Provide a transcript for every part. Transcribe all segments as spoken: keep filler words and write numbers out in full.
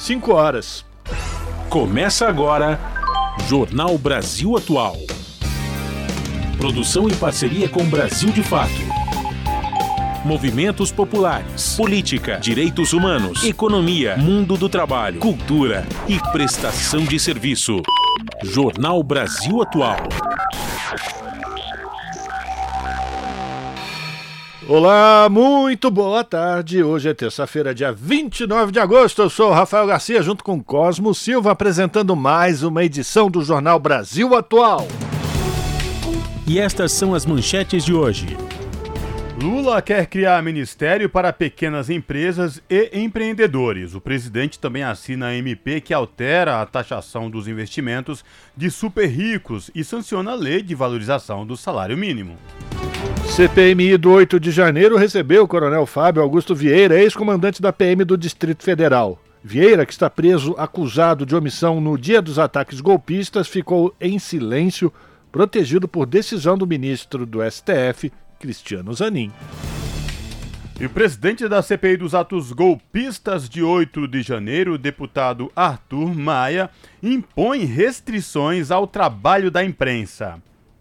cinco horas. Começa agora, Jornal Brasil Atual. Produção em parceria com Brasil de Fato. Movimentos populares, política, direitos humanos, economia, mundo do trabalho, cultura e prestação de serviço. Jornal Brasil Atual. Olá, muito boa tarde. Hoje é terça-feira, dia vinte e nove de agosto. Eu sou o Rafael Garcia, junto com Cosmo Silva, apresentando mais uma edição do Jornal Brasil Atual. E estas são as manchetes de hoje. Lula quer criar ministério para pequenas empresas e empreendedores. O presidente também assina a M P que altera a taxação dos investimentos de super ricos e sanciona a lei de valorização do salário mínimo. C P M I do oito de janeiro recebeu o coronel Fábio Augusto Vieira, ex-comandante da P M do Distrito Federal. Vieira, que está preso acusado de omissão no dia dos ataques golpistas, ficou em silêncio, protegido por decisão do ministro do S T F, Cristiano Zanin. E o presidente da C P I dos atos golpistas de oito de janeiro, o deputado Arthur Maia, impõe restrições ao trabalho da imprensa.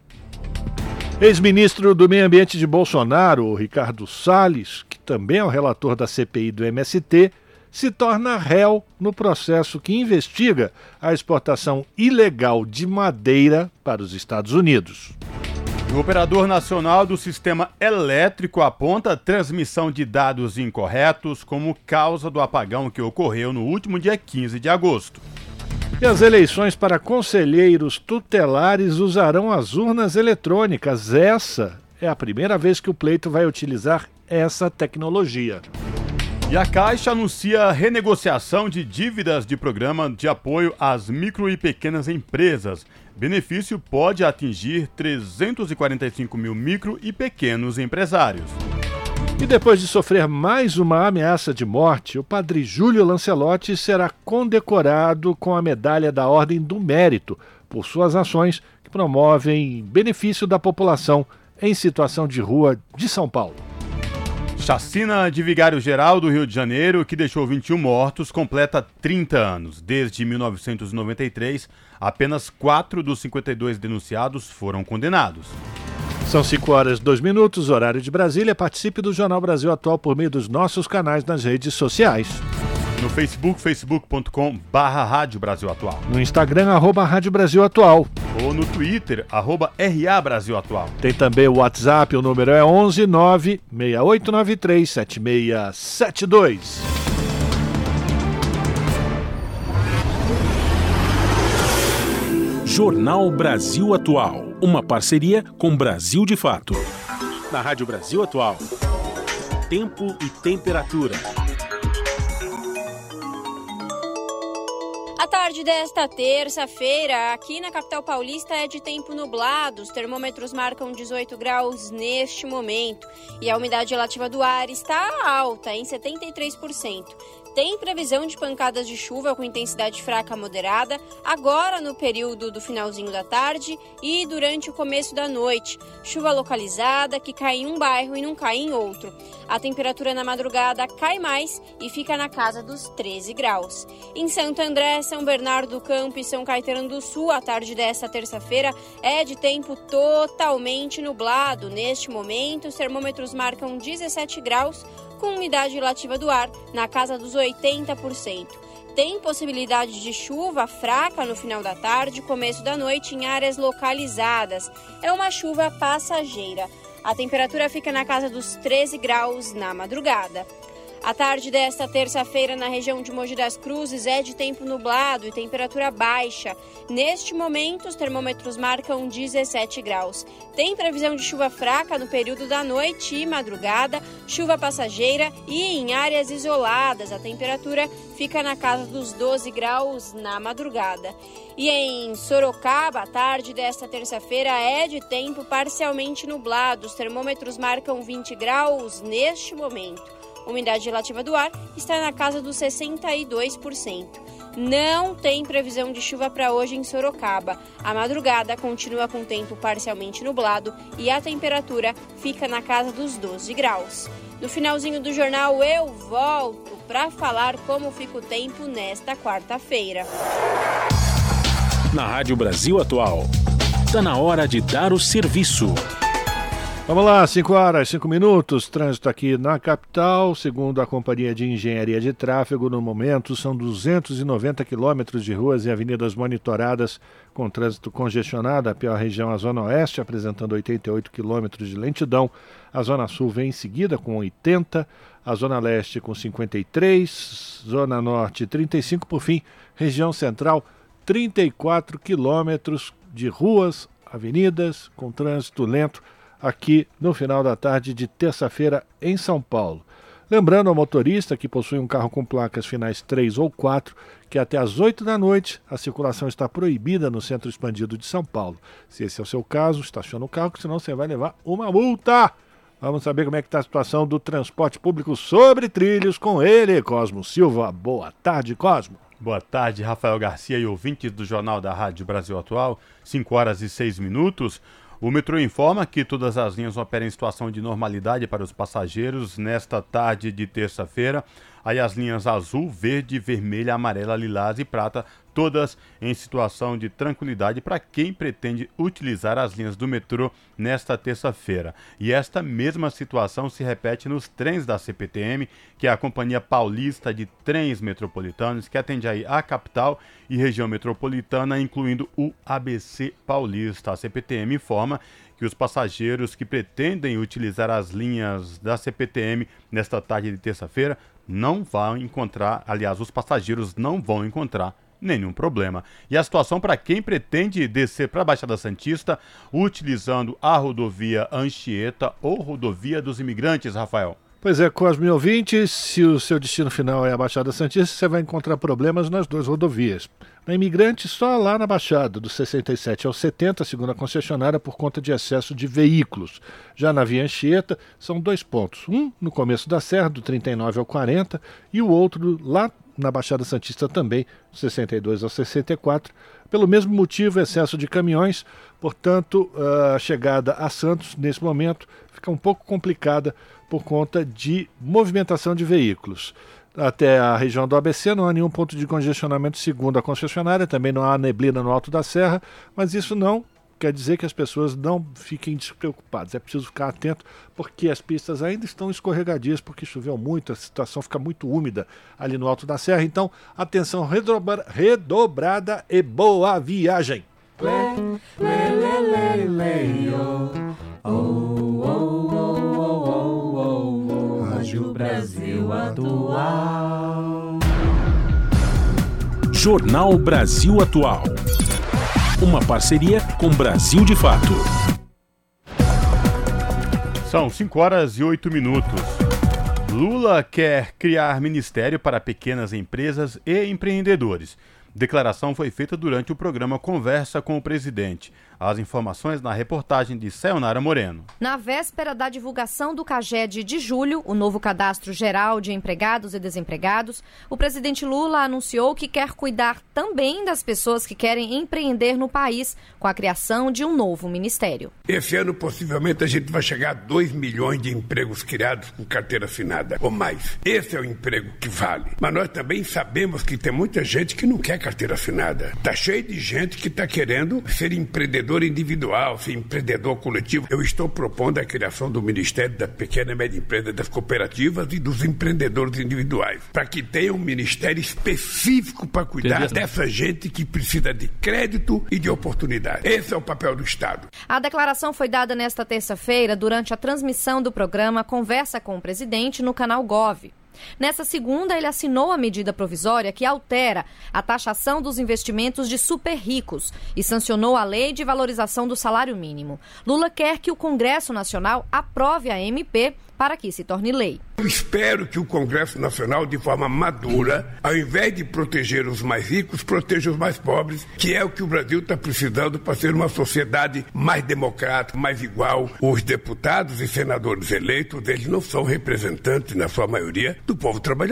Ex-ministro do Meio Ambiente de Bolsonaro, Ricardo Salles, que também é o relator da C P I do M S T, se torna réu no processo que investiga a exportação ilegal de madeira para os Estados Unidos. O operador nacional do sistema elétrico aponta a transmissão de dados incorretos como causa do apagão que ocorreu no último dia quinze de agosto. E as eleições para conselheiros tutelares usarão as urnas eletrônicas. Essa é a primeira vez que o pleito vai utilizar essa tecnologia. E a Caixa anuncia a renegociação de dívidas de programa de apoio às micro e pequenas empresas. Benefício pode atingir trezentos e quarenta e cinco mil micro e pequenos empresários. E depois de sofrer mais uma ameaça de morte, o padre Júlio Lancelotti será condecorado com a medalha da Ordem do Mérito por suas ações que promovem benefício da população em situação de rua de São Paulo. Chacina de Vigário-Geral do Rio de Janeiro, que deixou vinte e um mortos, completa trinta anos. Desde mil novecentos e noventa e três, apenas quatro dos cinquenta e dois denunciados foram condenados. São cinco horas e dois minutos, horário de Brasília. Participe do Jornal Brasil Atual por meio dos nossos canais nas redes sociais. No Facebook, facebook ponto com barra Rádio Brasil Atual. No Instagram, arroba Rádio Brasil Atual. Ou no Twitter, arroba R A Brasil Atual. Tem também o WhatsApp, o número é onze nove seis oito nove três sete seis sete dois. Jornal Brasil Atual, uma parceria com Brasil de Fato. Na Rádio Brasil Atual, tempo e temperatura. A tarde desta terça-feira, aqui na capital paulista, é de tempo nublado. Os termômetros marcam dezoito graus neste momento. E a umidade relativa do ar está alta, em setenta e três por cento. Tem previsão de pancadas de chuva com intensidade fraca a moderada, agora no período do finalzinho da tarde e durante o começo da noite. Chuva localizada que cai em um bairro e não cai em outro. A temperatura na madrugada cai mais e fica na casa dos treze graus. Em Santo André, São Bernardo do Campo e São Caetano do Sul, a tarde desta terça-feira é de tempo totalmente nublado. Neste momento, os termômetros marcam dezessete graus, com umidade relativa do ar na casa dos oitenta por cento. Tem possibilidade de chuva fraca no final da tarde e começo da noite em áreas localizadas. É uma chuva passageira. A temperatura fica na casa dos treze graus na madrugada. A tarde desta terça-feira na região de Mogi das Cruzes é de tempo nublado e temperatura baixa. Neste momento, os termômetros marcam dezessete graus. Tem previsão de chuva fraca no período da noite e madrugada, chuva passageira e em áreas isoladas. A temperatura fica na casa dos doze graus na madrugada. E em Sorocaba, a tarde desta terça-feira é de tempo parcialmente nublado. Os termômetros marcam vinte graus neste momento. A umidade relativa do ar está na casa dos sessenta e dois por cento. Não tem previsão de chuva para hoje em Sorocaba. A madrugada continua com tempo parcialmente nublado e a temperatura fica na casa dos doze graus. No finalzinho do jornal eu volto para falar como fica o tempo nesta quarta-feira. Na Rádio Brasil Atual, está na hora de dar o serviço. Vamos lá, cinco horas, cinco minutos, trânsito aqui na capital, segundo a Companhia de Engenharia de Tráfego, no momento são duzentos e noventa quilômetros de ruas e avenidas monitoradas com trânsito congestionado, a pior região a Zona Oeste, apresentando oitenta e oito quilômetros de lentidão, a Zona Sul vem em seguida com oitenta, a Zona Leste com cinquenta e três, Zona Norte trinta e cinco, por fim, região central, trinta e quatro quilômetros de ruas, avenidas com trânsito lento, aqui no final da tarde de terça-feira em São Paulo. Lembrando ao motorista que possui um carro com placas finais três ou quatro que até às oito da noite a circulação está proibida no centro expandido de São Paulo. Se esse é o seu caso, estaciona o carro, senão você vai levar uma multa. Vamos saber como é que está a situação do transporte público sobre trilhos com ele, Cosmo Silva. Boa tarde, Cosmo. Boa tarde, Rafael Garcia e ouvintes do Jornal da Rádio Brasil Atual, cinco horas e seis minutos. O metrô informa que todas as linhas operam em situação de normalidade para os passageiros nesta tarde de terça-feira. Aí as linhas azul, verde, vermelha, amarela, lilás e prata, todas em situação de tranquilidade para quem pretende utilizar as linhas do metrô nesta terça-feira. E esta mesma situação se repete nos trens da C P T M, que é a Companhia Paulista de Trens Metropolitanos, que atende aí a capital e região metropolitana, incluindo o A B C Paulista. A C P T M informa que os passageiros que pretendem utilizar as linhas da C P T M nesta tarde de terça-feira não vão encontrar, aliás, os passageiros não vão encontrar nenhum problema. E a situação para quem pretende descer para a Baixada Santista utilizando a rodovia Anchieta ou rodovia dos Imigrantes, Rafael? Pois é, Cosme ouvinte, se o seu destino final é a Baixada Santista, você vai encontrar problemas nas duas rodovias. Na Imigrante, só lá na Baixada, do sessenta e sete ao setenta, segundo a concessionária, por conta de excesso de veículos. Já na via Anchieta, são dois pontos. Um no começo da serra, do trinta e nove ao quarenta, e o outro lá na Baixada Santista também, do sessenta e dois ao sessenta e quatro. Pelo mesmo motivo, excesso de caminhões, portanto, a chegada a Santos, nesse momento, fica um pouco complicada por conta de movimentação de veículos. Até a região do A B C não há nenhum ponto de congestionamento segundo a concessionária, também não há neblina no alto da serra, mas isso não quer dizer que as pessoas não fiquem despreocupadas. É preciso ficar atento porque as pistas ainda estão escorregadias porque choveu muito, a situação fica muito úmida ali no alto da serra, então atenção redobra, redobrada e boa viagem. Rádio Brasil Atual. Jornal Brasil Atual. Uma parceria com Brasil de Fato. São cinco horas e oito minutos. Lula quer criar ministério para pequenas empresas e empreendedores. Declaração foi feita durante o programa Conversa com o Presidente. As informações na reportagem de Sayonara Moreno. Na véspera da divulgação do CAGED de julho, o novo Cadastro Geral de Empregados e Desempregados, o presidente Lula anunciou que quer cuidar também das pessoas que querem empreender no país, com a criação de um novo ministério. Esse ano, possivelmente, a gente vai chegar a dois milhões de empregos criados com carteira assinada, ou mais. Esse é o emprego que vale. Mas nós também sabemos que tem muita gente que não quer carteira assinada. Está cheio de gente que está querendo ser empreendedor individual, ser empreendedor coletivo. Eu estou propondo a criação do Ministério da Pequena e Média Empresa, das cooperativas e dos empreendedores individuais, para que tenha um ministério específico para cuidar Entendi. dessa gente que precisa de crédito e de oportunidade. Esse é o papel do Estado. A declaração foi dada nesta terça-feira durante a transmissão do programa Conversa com o Presidente no canal Gov. Nessa segunda, ele assinou a medida provisória que altera a taxação dos investimentos de super ricos e sancionou a lei de valorização do salário mínimo. Lula quer que o Congresso Nacional aprove a M P para que se torne lei. Eu espero que o Congresso Nacional, de forma madura, ao invés de proteger os mais ricos, proteja os mais pobres, que é o que o Brasil está precisando para ser uma sociedade mais democrática, mais igual. Os deputados e senadores eleitos, eles não são representantes, na sua maioria, do povo trabalhador.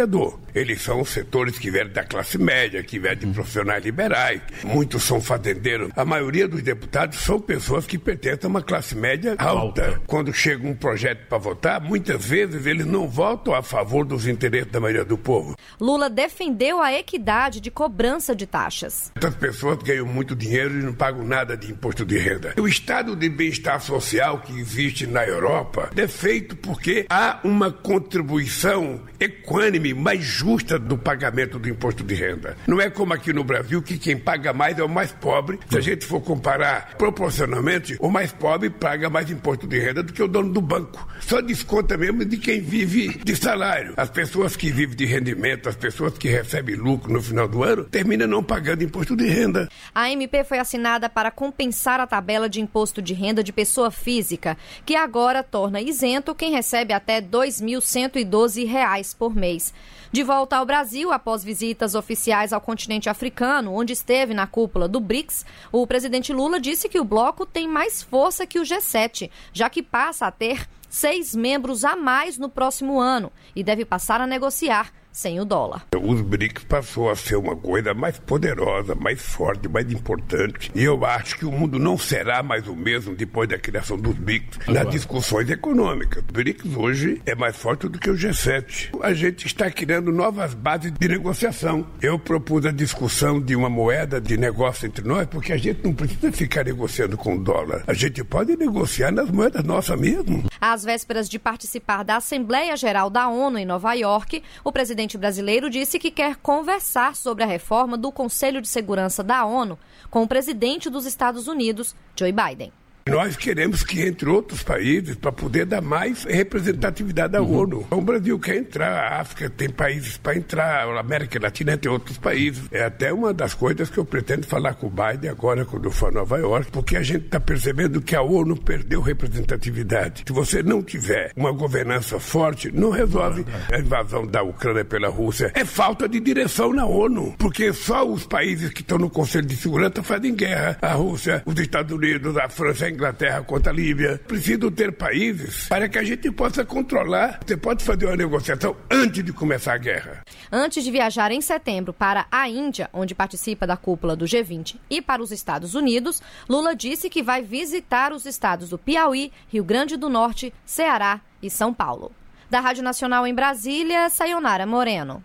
Eles são os setores que vieram da classe média, que vieram de profissionais liberais. Muitos são fazendeiros. A maioria dos deputados são pessoas que pertencem a uma classe média alta. alta. Quando chega um projeto para votar, muitas vezes eles não votam a favor dos interesses da maioria do povo. Lula defendeu a equidade de cobrança de taxas. Essas pessoas ganham muito dinheiro e não pagam nada de imposto de renda. O estado de bem-estar social que existe na Europa é feito porque há uma contribuição equânime, mais justa do pagamento do imposto de renda. Não é como aqui no Brasil, que quem paga mais é o mais pobre. Se a gente for comparar proporcionalmente, o mais pobre paga mais imposto de renda do que o dono do banco. Só desconta mesmo de quem vive de salário. As pessoas que vivem de rendimento, as pessoas que recebem lucro no final do ano, terminam não pagando imposto de renda. A M P foi assinada para compensar a tabela de imposto de renda de pessoa física, que agora torna isento quem recebe até dois mil cento e doze reais por mês. De volta ao Brasil, após visitas oficiais ao continente africano, onde esteve na cúpula do BRICS, o presidente Lula disse que o bloco tem mais força que o G sete, já que passa a ter seis membros a mais no próximo ano e deve passar a negociar sem o dólar. Os BRICS passou a ser uma coisa mais poderosa, mais forte, mais importante. E eu acho que o mundo não será mais o mesmo depois da criação dos BRICS nas discussões econômicas. O BRICS hoje é mais forte do que o G sete. A gente está criando novas bases de negociação. Eu propus a discussão de uma moeda de negócio entre nós, porque a gente não precisa ficar negociando com o dólar. A gente pode negociar nas moedas nossas mesmo. Às vésperas de participar da Assembleia Geral da ONU em Nova York, o presidente O presidente brasileiro disse que quer conversar sobre a reforma do Conselho de Segurança da ONU com o presidente dos Estados Unidos, Joe Biden. Nós queremos que entre outros países para poder dar mais representatividade à uhum. ONU. O Brasil quer entrar, a África tem países para entrar, a América Latina tem outros países. É até uma das coisas que eu pretendo falar com o Biden agora quando eu for a Nova York, porque a gente está percebendo que a ONU perdeu representatividade. Se você não tiver uma governança forte, não resolve a invasão da Ucrânia pela Rússia. É falta de direção na ONU, porque só os países que estão no Conselho de Segurança fazem guerra. A Rússia, os Estados Unidos, a França, a Inglaterra contra a Líbia. Preciso ter países para que a gente possa controlar. Você pode fazer uma negociação antes de começar a guerra. Antes de viajar em setembro para a Índia, onde participa da cúpula do G vinte, e para os Estados Unidos, Lula disse que vai visitar os estados do Piauí, Rio Grande do Norte, Ceará e São Paulo. Da Rádio Nacional em Brasília, Sayonara Moreno.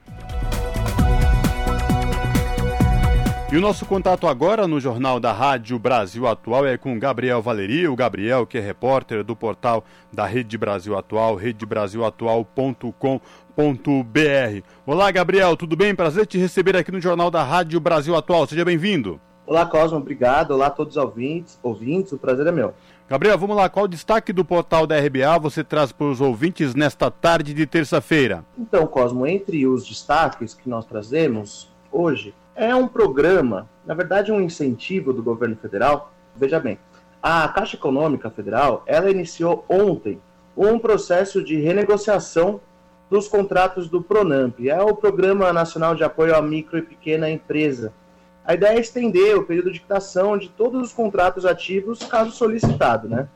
E o nosso contato agora no Jornal da Rádio Brasil Atual é com Gabriel Valeri, o Gabriel que é repórter do portal da Rede Brasil Atual, rede brasil atual ponto com ponto b r. Olá, Gabriel, tudo bem? Prazer te receber aqui no Jornal da Rádio Brasil Atual, seja bem-vindo. Olá, Cosmo, obrigado. Olá a todos os ouvintes, ouvintes, o prazer é meu. Gabriel, vamos lá, qual o destaque do portal da R B A você traz para os ouvintes nesta tarde de terça-feira? Então, Cosmo, entre os destaques que nós trazemos hoje, é um programa, na verdade um incentivo do governo federal. Veja bem, a Caixa Econômica Federal, ela iniciou ontem um processo de renegociação dos contratos do Pronamp, é o Programa Nacional de Apoio à Micro e Pequena Empresa. A ideia é estender o período de quitação de todos os contratos ativos, caso solicitado, né?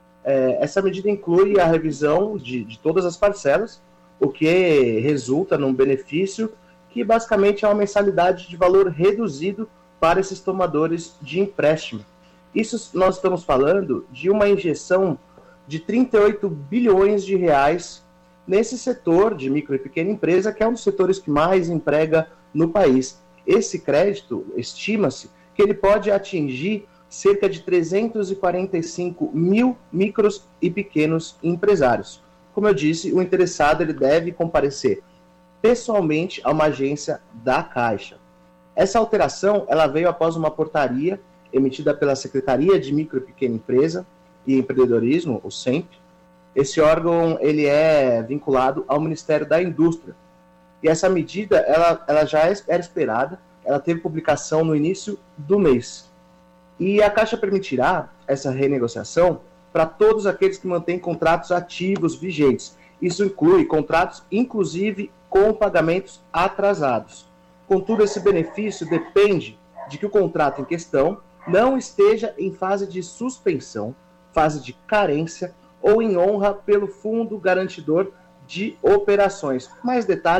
É, essa medida inclui a revisão de, de todas as parcelas, o que resulta num benefício que basicamente é uma mensalidade de valor reduzido para esses tomadores de empréstimo. Isso nós estamos falando de uma injeção de trinta e oito bilhões de reais nesse setor de micro e pequena empresa, que é um dos setores que mais emprega no país. Esse crédito, estima-se, que ele pode atingir cerca de trezentos e quarenta e cinco mil micros e pequenos empresários. Como eu disse, o interessado ele deve comparecer pessoalmente a uma agência da Caixa. Essa alteração ela veio após uma portaria emitida pela Secretaria de Micro e Pequena Empresa e Empreendedorismo, o SEMP. Esse órgão ele é vinculado ao Ministério da Indústria. E essa medida ela, ela já era esperada, ela teve publicação no início do mês. E a Caixa permitirá essa renegociação para todos aqueles que mantêm contratos ativos vigentes. Isso inclui contratos, inclusive, com pagamentos atrasados. Contudo, esse benefício depende de que o contrato em questão não esteja em fase de suspensão, fase de carência ou em honra pelo Fundo Garantidor de Operações. Mais detalhes,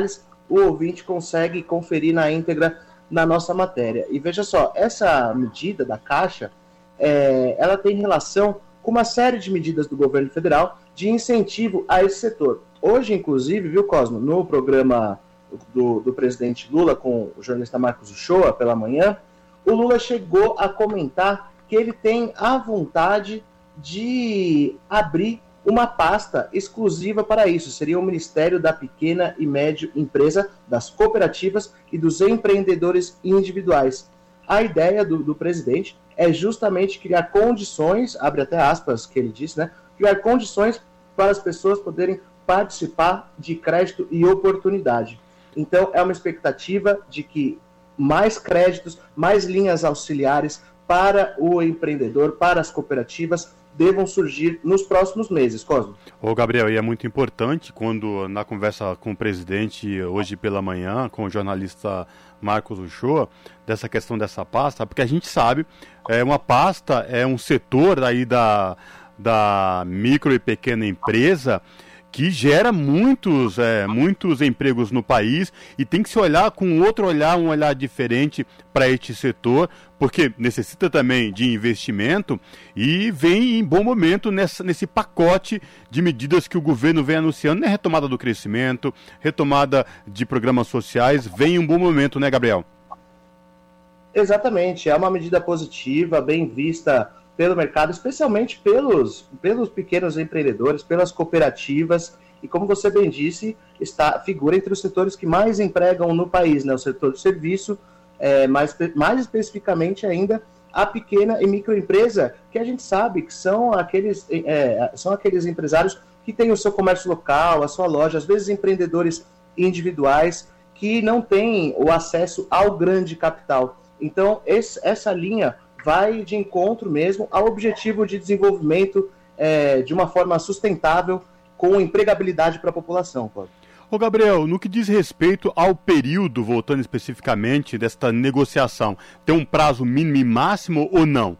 o ouvinte consegue conferir na íntegra na nossa matéria. E veja só, essa medida da Caixa, é, ela tem relação com uma série de medidas do governo federal de incentivo a esse setor. Hoje, inclusive, viu, Cosmo, no programa do, do presidente Lula com o jornalista Marcos Uchoa pela manhã, o Lula chegou a comentar que ele tem a vontade de abrir uma pasta exclusiva para isso. Seria o Ministério da Pequena e Média Empresa, das cooperativas e dos empreendedores individuais. A ideia do, do presidente é justamente criar condições, abre até aspas que ele disse, né? Criar condições para as pessoas poderem participar de crédito e oportunidade. Então, é uma expectativa de que mais créditos, mais linhas auxiliares para o empreendedor, para as cooperativas, devam surgir nos próximos meses, Cosmo. Ô Gabriel, e é muito importante quando na conversa com o presidente hoje pela manhã, com o jornalista Marcos Uchoa, dessa questão dessa pasta, porque a gente sabe, é uma pasta, é um setor aí da, da micro e pequena empresa que gera muitos, é, muitos empregos no país e tem que se olhar com outro olhar, um olhar diferente para este setor, porque necessita também de investimento e vem em bom momento nessa, nesse pacote de medidas que o governo vem anunciando, né? Retomada do crescimento, retomada de programas sociais, vem em um bom momento, né, Gabriel? Exatamente, é uma medida positiva, bem vista pelo mercado, especialmente pelos, pelos pequenos empreendedores, pelas cooperativas, e como você bem disse, está, figura entre os setores que mais empregam no país, né? O setor de serviço, é, mais, mais especificamente ainda a pequena e microempresa, que a gente sabe que são aqueles, é, são aqueles empresários que têm o seu comércio local, a sua loja, às vezes empreendedores individuais que não têm o acesso ao grande capital. Então, esse, essa linha vai de encontro mesmo ao objetivo de desenvolvimento é, de uma forma sustentável com empregabilidade para a população, Cláudio. Ô Gabriel, no que diz respeito ao período, voltando especificamente, desta negociação, tem um prazo mínimo e máximo ou não?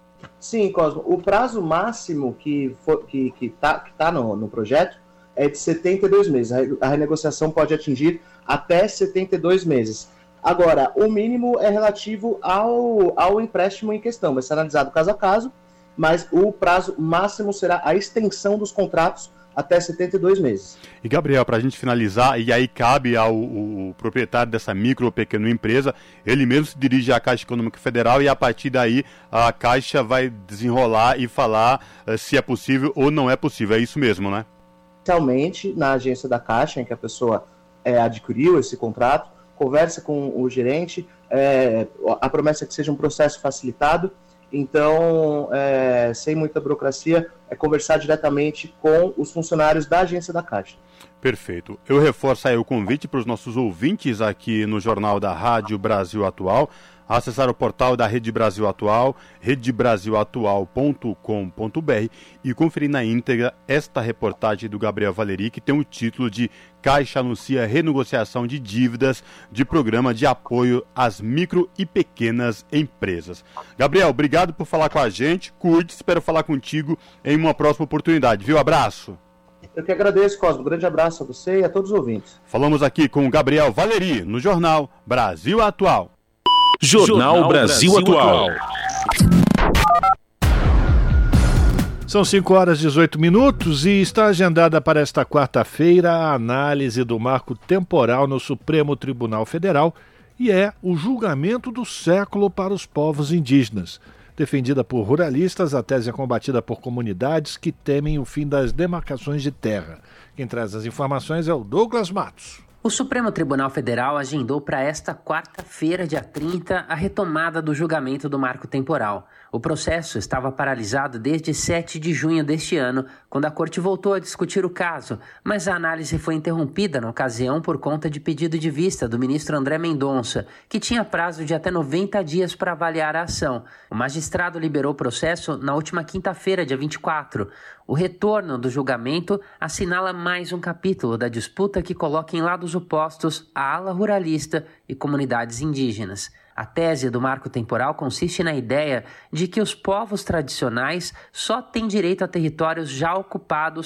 Sim, Cosmo, o prazo máximo que está que, que tá, que tá no, no projeto é de setenta e dois meses. A renegociação pode atingir até setenta e dois meses. Agora, o mínimo é relativo ao, ao empréstimo em questão, vai ser analisado caso a caso, mas o prazo máximo será a extensão dos contratos até setenta e dois meses. E Gabriel, para a gente finalizar, e aí cabe ao o, o proprietário dessa micro ou pequena empresa, ele mesmo se dirige à Caixa Econômica Federal e a partir daí a Caixa vai desenrolar e falar uh, se é possível ou não é possível, é isso mesmo, né? Inicialmente, na agência da Caixa, em que a pessoa é, adquiriu esse contrato, conversa com o gerente, é, a promessa é que seja um processo facilitado, então, é, sem muita burocracia, é conversar diretamente com os funcionários da agência da Caixa. Perfeito. Eu reforço aí o convite para os nossos ouvintes aqui no Jornal da Rádio Brasil Atual, acessar o portal da Rede Brasil Atual, rede brasil atual ponto com ponto b r e conferir na íntegra esta reportagem do Gabriel Valeri, que tem o título de Caixa anuncia renegociação de dívidas de programa de apoio às micro e pequenas empresas. Gabriel, obrigado por falar com a gente, cuide, espero falar contigo em uma próxima oportunidade, viu? Abraço. Eu que agradeço, Cosmo. Um grande abraço a você e a todos os ouvintes. Falamos aqui com o Gabriel Valeri, no Jornal Brasil Atual. Jornal, Jornal Brasil, Brasil Atual. São cinco horas e dezoito minutos e está agendada para esta quarta-feira a análise do marco temporal no Supremo Tribunal Federal e é o julgamento do século para os povos indígenas. Defendida por ruralistas, a tese é combatida por comunidades que temem o fim das demarcações de terra. Quem traz as informações é o Douglas Matos. O Supremo Tribunal Federal agendou para esta quarta-feira, dia trinta, a retomada do julgamento do marco temporal. O processo estava paralisado desde sete de junho deste ano, quando a Corte voltou a discutir o caso, mas a análise foi interrompida na ocasião por conta de pedido de vista do ministro André Mendonça, que tinha prazo de até noventa dias para avaliar a ação. O magistrado liberou o processo na última quinta-feira, dia vinte e quatro. O retorno do julgamento assinala mais um capítulo da disputa que coloca em lados opostos a ala ruralista e comunidades indígenas. A tese do marco temporal consiste na ideia de que os povos tradicionais só têm direito a territórios já ocupados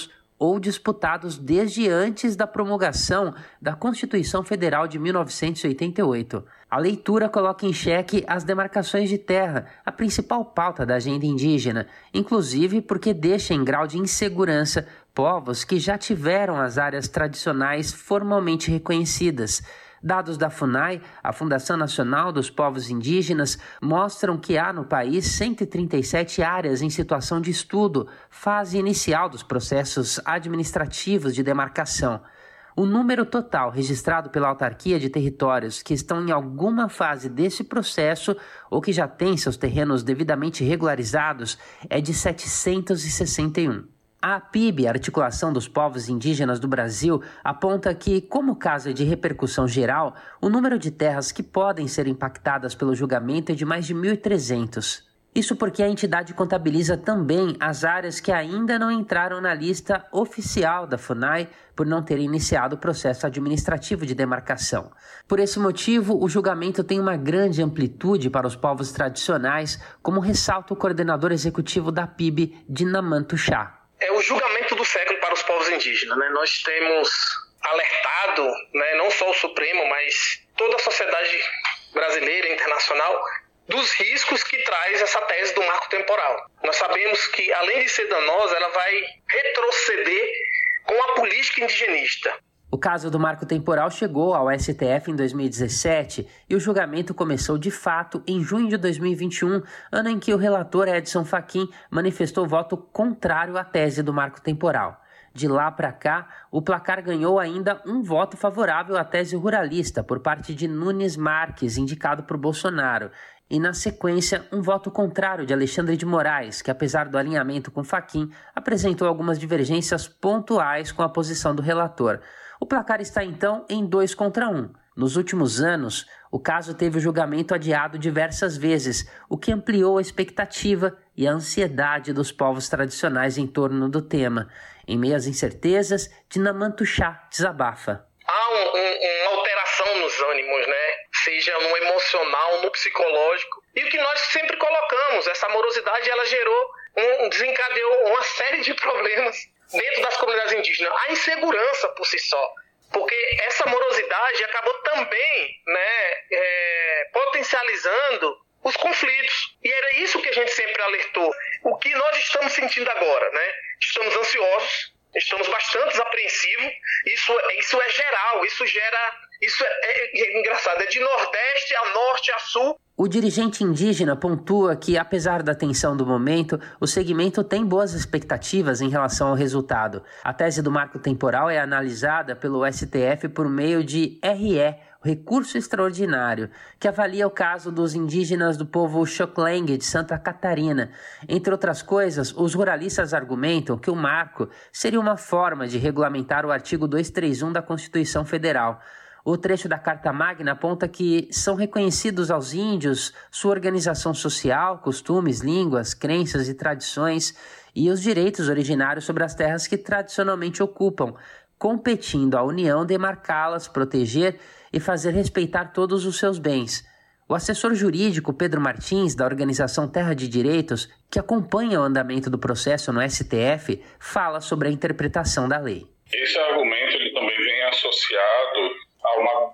ou disputados desde antes da promulgação da Constituição Federal de mil novecentos e oitenta e oito. A leitura coloca em xeque as demarcações de terra, a principal pauta da agenda indígena, inclusive porque deixa em grau de insegurança povos que já tiveram as áreas tradicionais formalmente reconhecidas. Dados da FUNAI, a Fundação Nacional dos Povos Indígenas, mostram que há no país cento e trinta e sete áreas em situação de estudo, fase inicial dos processos administrativos de demarcação. O número total registrado pela autarquia de territórios que estão em alguma fase desse processo ou que já têm seus terrenos devidamente regularizados é de setecentos e sessenta e um. A APIB, a Articulação dos Povos Indígenas do Brasil, aponta que, como caso é de repercussão geral, o número de terras que podem ser impactadas pelo julgamento é de mais de mil e trezentos. Isso porque a entidade contabiliza também as áreas que ainda não entraram na lista oficial da FUNAI por não terem iniciado o processo administrativo de demarcação. Por esse motivo, o julgamento tem uma grande amplitude para os povos tradicionais, como ressalta o coordenador executivo da APIB, Dinaman Tuxá. É o julgamento do século para os povos indígenas, né? Nós temos alertado, né, não só o Supremo, mas toda a sociedade brasileira e internacional, dos riscos que traz essa tese do marco temporal. Nós sabemos que, além de ser danosa, ela vai retroceder com a política indigenista. O caso do marco temporal chegou ao S T F em dois mil e dezessete e o julgamento começou de fato em junho de dois mil e vinte e um, ano em que o relator Edson Fachin manifestou voto contrário à tese do marco temporal. De lá para cá, o placar ganhou ainda um voto favorável à tese ruralista por parte de Nunes Marques, indicado por Bolsonaro, e na sequência um voto contrário de Alexandre de Moraes, que apesar do alinhamento com Fachin, apresentou algumas divergências pontuais com a posição do relator. O placar está então em dois contra um. Nos últimos anos, o caso teve o julgamento adiado diversas vezes, o que ampliou a expectativa e a ansiedade dos povos tradicionais em torno do tema. Em meio às incertezas, Dinaman Tuxá desabafa. Há um, um, uma alteração nos ânimos, né? Seja no emocional, no psicológico. E o que nós sempre colocamos, essa morosidade, ela gerou, um, desencadeou uma série de problemas dentro das comunidades indígenas. A insegurança por si só. Porque essa morosidade acabou também, né, é, potencializando os conflitos. E era isso que a gente sempre alertou. O que nós estamos sentindo agora, né? Estamos ansiosos, estamos bastante apreensivos. Isso, isso é geral, isso gera... Isso é, é, é engraçado, é de nordeste a norte a sul. O dirigente indígena pontua que, apesar da tensão do momento, o segmento tem boas expectativas em relação ao resultado. A tese do marco temporal é analisada pelo S T F por meio de R E, o Recurso Extraordinário, que avalia o caso dos indígenas do povo Xoklengue de Santa Catarina. Entre outras coisas, os ruralistas argumentam que o marco seria uma forma de regulamentar o artigo duzentos e trinta e um da Constituição Federal. O trecho da Carta Magna aponta que são reconhecidos aos índios sua organização social, costumes, línguas, crenças e tradições e os direitos originários sobre as terras que tradicionalmente ocupam, competindo à União demarcá-las, proteger e fazer respeitar todos os seus bens. O assessor jurídico Pedro Martins, da organização Terra de Direitos, que acompanha o andamento do processo no S T F, fala sobre a interpretação da lei. Esse argumento ele também vem associado a uma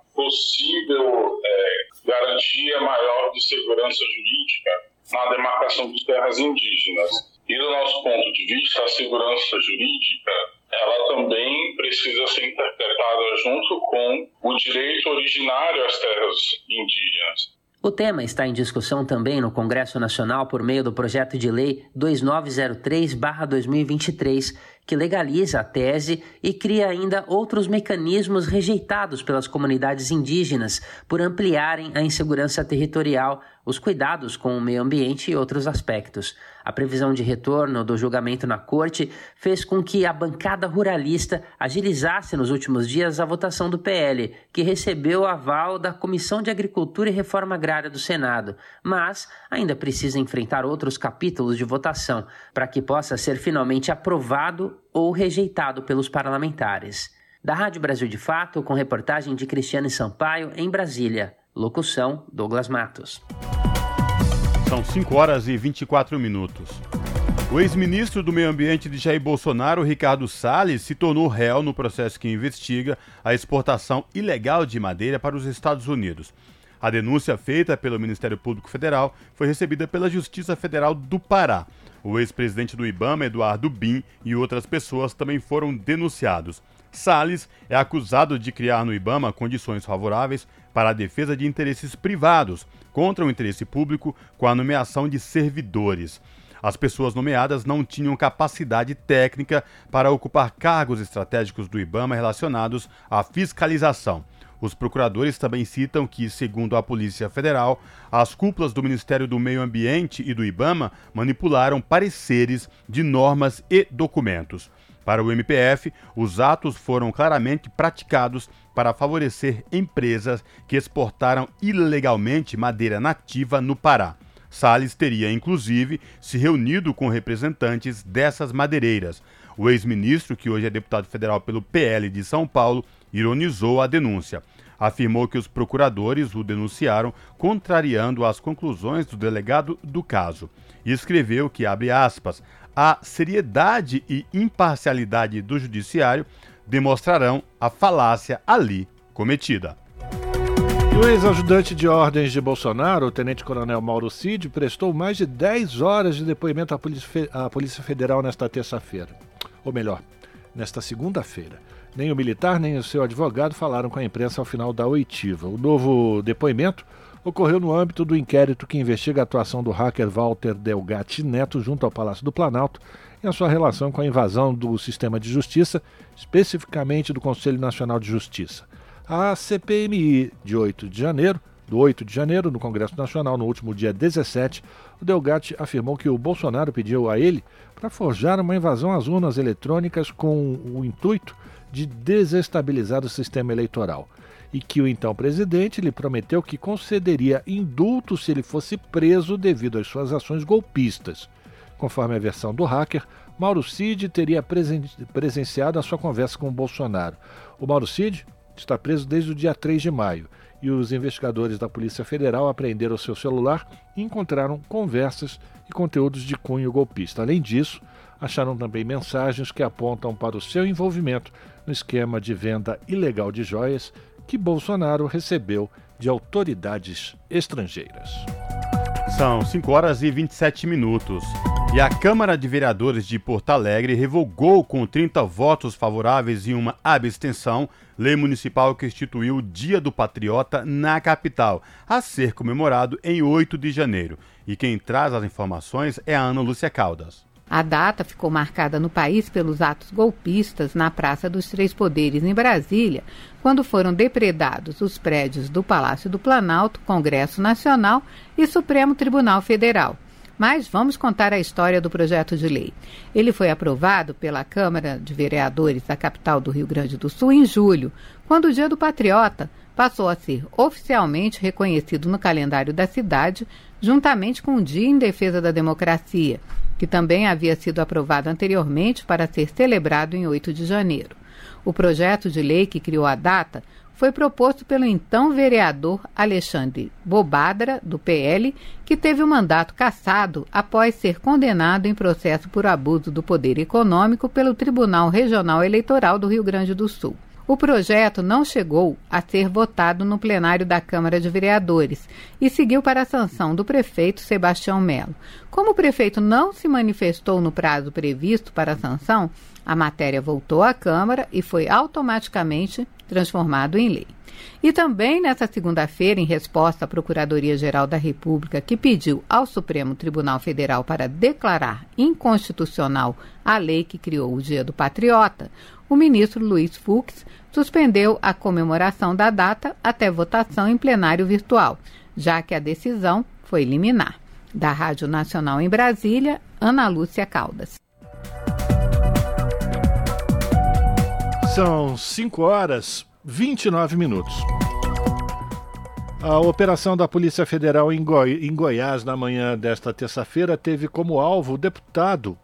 possível é, garantia maior de segurança jurídica na demarcação de terras indígenas. E do nosso ponto de vista, a segurança jurídica ela também precisa ser interpretada junto com o direito originário às terras indígenas. O tema está em discussão também no Congresso Nacional por meio do projeto de lei dois mil novecentos e três barra dois mil e vinte e três, que legaliza a tese e cria ainda outros mecanismos rejeitados pelas comunidades indígenas por ampliarem a insegurança territorial, os cuidados com o meio ambiente e outros aspectos. A previsão de retorno do julgamento na Corte fez com que a bancada ruralista agilizasse nos últimos dias a votação do P L, que recebeu o aval da Comissão de Agricultura e Reforma Agrária do Senado, mas ainda precisa enfrentar outros capítulos de votação para que possa ser finalmente aprovado ou rejeitado pelos parlamentares. Da Rádio Brasil de Fato, com reportagem de Cristiane Sampaio, em Brasília. Locução, Douglas Matos. São cinco horas e vinte e quatro minutos. O ex-ministro do Meio Ambiente de Jair Bolsonaro, Ricardo Salles, se tornou réu no processo que investiga a exportação ilegal de madeira para os Estados Unidos. A denúncia feita pelo Ministério Público Federal foi recebida pela Justiça Federal do Pará. O ex-presidente do IBAMA, Eduardo Bin, e outras pessoas também foram denunciados. Salles é acusado de criar no IBAMA condições favoráveis para a defesa de interesses privados contra o interesse público com a nomeação de servidores. As pessoas nomeadas não tinham capacidade técnica para ocupar cargos estratégicos do IBAMA relacionados à fiscalização. Os procuradores também citam que, segundo a Polícia Federal, as cúpulas do Ministério do Meio Ambiente e do IBAMA manipularam pareceres de normas e documentos. Para o M P F, os atos foram claramente praticados para favorecer empresas que exportaram ilegalmente madeira nativa no Pará. Salles teria, inclusive, se reunido com representantes dessas madeireiras. O ex-ministro, que hoje é deputado federal pelo P L de São Paulo, ironizou a denúncia. Afirmou que os procuradores o denunciaram, contrariando as conclusões do delegado do caso. E escreveu que, abre aspas, a seriedade e imparcialidade do judiciário demonstrarão a falácia ali cometida. O ex-ajudante de ordens de Bolsonaro, o tenente-coronel Mauro Cid, prestou mais de dez horas de depoimento à Polícia, à Polícia Federal nesta terça-feira. Ou melhor, nesta segunda-feira. Nem o militar nem o seu advogado falaram com a imprensa ao final da oitiva. O novo depoimento ocorreu no âmbito do inquérito que investiga a atuação do hacker Walter Delgatti Neto junto ao Palácio do Planalto em sua relação com a invasão do sistema de justiça, especificamente do Conselho Nacional de Justiça. A C P M I de oito de janeiro, do oito de janeiro, no Congresso Nacional, no último dia dezessete, o Delgatti afirmou que o Bolsonaro pediu a ele para forjar uma invasão às urnas eletrônicas com o intuito de desestabilizar o sistema eleitoral e que o então presidente lhe prometeu que concederia indulto se ele fosse preso devido às suas ações golpistas. Conforme a versão do hacker, Mauro Cid teria presen- presenciado a sua conversa com o Bolsonaro. O Mauro Cid está preso desde o dia três de maio e os investigadores da Polícia Federal apreenderam seu celular e encontraram conversas e conteúdos de cunho golpista. Além disso, acharam também mensagens que apontam para o seu envolvimento no esquema de venda ilegal de joias que Bolsonaro recebeu de autoridades estrangeiras. São cinco horas e vinte e sete minutos. E a Câmara de Vereadores de Porto Alegre revogou com trinta votos favoráveis e uma abstenção lei municipal que instituiu o Dia do Patriota na capital, a ser comemorado em oito de janeiro. E quem traz as informações é a Ana Lúcia Caldas. A data ficou marcada no país pelos atos golpistas na Praça dos Três Poderes, em Brasília, quando foram depredados os prédios do Palácio do Planalto, Congresso Nacional e Supremo Tribunal Federal. Mas vamos contar a história do projeto de lei. Ele foi aprovado pela Câmara de Vereadores da capital do Rio Grande do Sul em julho, quando o Dia do Patriota passou a ser oficialmente reconhecido no calendário da cidade, juntamente com o Dia em Defesa da Democracia, que também havia sido aprovado anteriormente para ser celebrado em oito de janeiro. O projeto de lei que criou a data foi proposto pelo então vereador Alexandre Bobadra, do P L, que teve o mandato cassado após ser condenado em processo por abuso do poder econômico pelo Tribunal Regional Eleitoral do Rio Grande do Sul. O projeto não chegou a ser votado no plenário da Câmara de Vereadores e seguiu para a sanção do prefeito Sebastião Melo. Como o prefeito não se manifestou no prazo previsto para a sanção, a matéria voltou à Câmara e foi automaticamente transformado em lei. E também nesta segunda-feira, em resposta à Procuradoria-Geral da República, que pediu ao Supremo Tribunal Federal para declarar inconstitucional a lei que criou o Dia do Patriota, o ministro Luiz Fux suspendeu a comemoração da data até votação em plenário virtual, já que a decisão foi liminar. Da Rádio Nacional em Brasília, Ana Lúcia Caldas. São cinco horas e vinte e nove minutos. A operação da Polícia Federal em, Goi- em Goiás na manhã desta terça-feira teve como alvo o deputado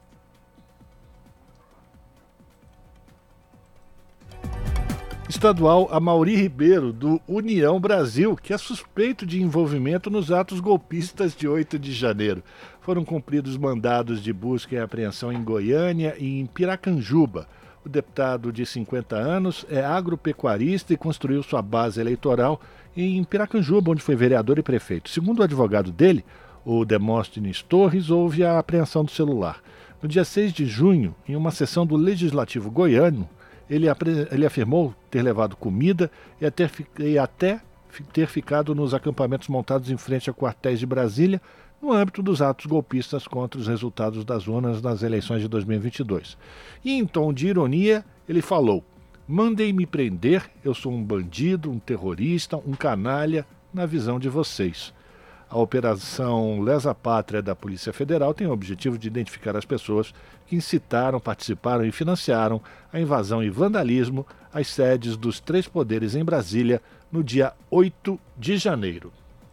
estadual Amaury Ribeiro, do União Brasil, que é suspeito de envolvimento nos atos golpistas de oito de janeiro. Foram cumpridos mandados de busca e apreensão em Goiânia e em Piracanjuba. O deputado de cinquenta anos é agropecuarista e construiu sua base eleitoral em Piracanjuba, onde foi vereador e prefeito. Segundo o advogado dele, o Demóstenes Torres, houve a apreensão do celular. No dia seis de junho, em uma sessão do Legislativo goiano, ele, ele afirmou ter levado comida e até, e até ter ficado nos acampamentos montados em frente a quartéis de Brasília, no âmbito dos atos golpistas contra os resultados das urnas nas eleições de dois mil e vinte e dois. E em tom de ironia, ele falou: "Mandem me prender, eu sou um bandido, um terrorista, um canalha, na visão de vocês." A Operação Lesa Pátria da Polícia Federal tem o objetivo de identificar as pessoas que incitaram, participaram e financiaram a invasão e vandalismo às sedes dos três poderes em Brasília no dia oito de janeiro.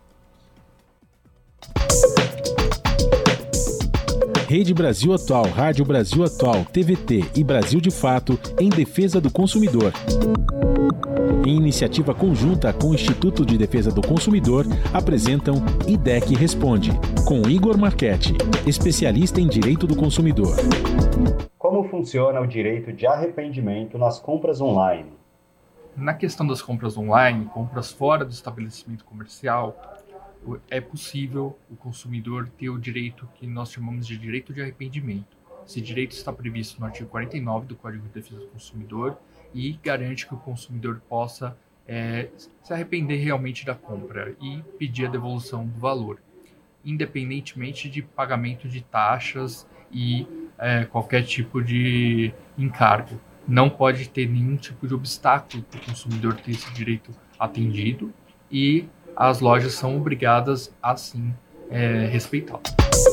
Rede Brasil Atual, Rádio Brasil Atual, T V T e Brasil de Fato em defesa do consumidor. Em iniciativa conjunta com o Instituto de Defesa do Consumidor, apresentam I D E C Responde, com Igor Marchetti, especialista em direito do consumidor. Como funciona o direito de arrependimento nas compras online? Na questão das compras online, compras fora do estabelecimento comercial, é possível o consumidor ter o direito que nós chamamos de direito de arrependimento. Esse direito está previsto no artigo quarenta e nove do Código de Defesa do Consumidor e garante que o consumidor possa é, se arrepender realmente da compra e pedir a devolução do valor, independentemente de pagamento de taxas e é, qualquer tipo de encargo. Não pode ter nenhum tipo de obstáculo para o consumidor ter esse direito atendido e as lojas são obrigadas a, sim, é, respeitá-lo.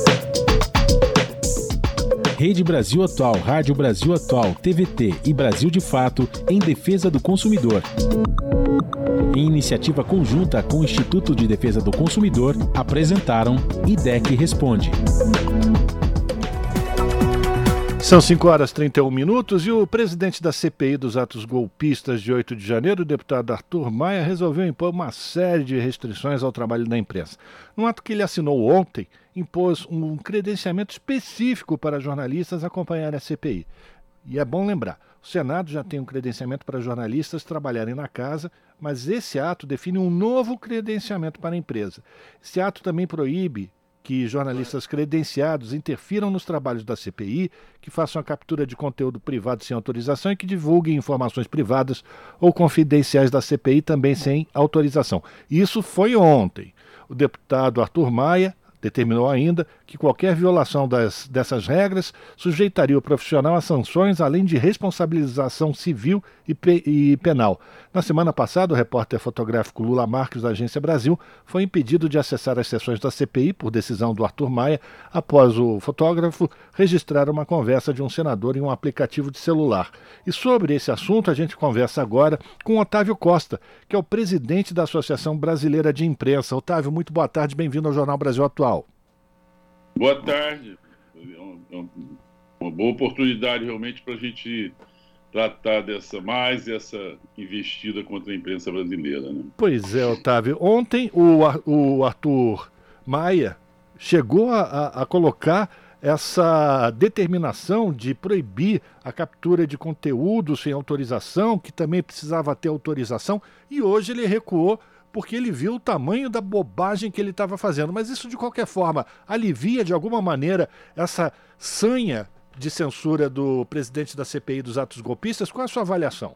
Rede Brasil Atual, Rádio Brasil Atual, T V T e Brasil de Fato em defesa do consumidor. Em iniciativa conjunta com o Instituto de Defesa do Consumidor, apresentaram I D E C Responde. São cinco horas e trinta e um minutos e o presidente da C P I dos atos golpistas de oito de janeiro, o deputado Arthur Maia, resolveu impor uma série de restrições ao trabalho da imprensa. Num ato que ele assinou ontem, impôs um credenciamento específico para jornalistas acompanharem a C P I. E é bom lembrar, o Senado já tem um credenciamento para jornalistas trabalharem na casa, mas esse ato define um novo credenciamento para a empresa. Esse ato também proíbe que jornalistas credenciados interfiram nos trabalhos da C P I, que façam a captura de conteúdo privado sem autorização e que divulguem informações privadas ou confidenciais da C P I também sem autorização. Isso foi ontem. O deputado Arthur Maia determinou ainda que qualquer violação das, dessas regras sujeitaria o profissional a sanções, além de responsabilização civil e, pe, e penal. Na semana passada, o repórter fotográfico Lula Marques, da Agência Brasil, foi impedido de acessar as sessões da C P I por decisão do Arthur Maia, após o fotógrafo registrar uma conversa de um senador em um aplicativo de celular. E sobre esse assunto, a gente conversa agora com Otávio Costa, que é o presidente da Associação Brasileira de Imprensa. Otávio, muito boa tarde, bem-vindo ao Jornal Brasil Atual. Boa tarde. É uma boa oportunidade realmente para a gente tratar dessa mais essa investida contra a imprensa brasileira, né? Pois é, Otávio. Ontem o, o Arthur Maia chegou a, a, a colocar essa determinação de proibir a captura de conteúdo sem autorização, que também precisava ter autorização, e hoje ele recuou porque ele viu o tamanho da bobagem que ele estava fazendo. Mas isso, de qualquer forma, alivia de alguma maneira essa sanha de censura do presidente da C P I dos atos golpistas? Qual é a sua avaliação?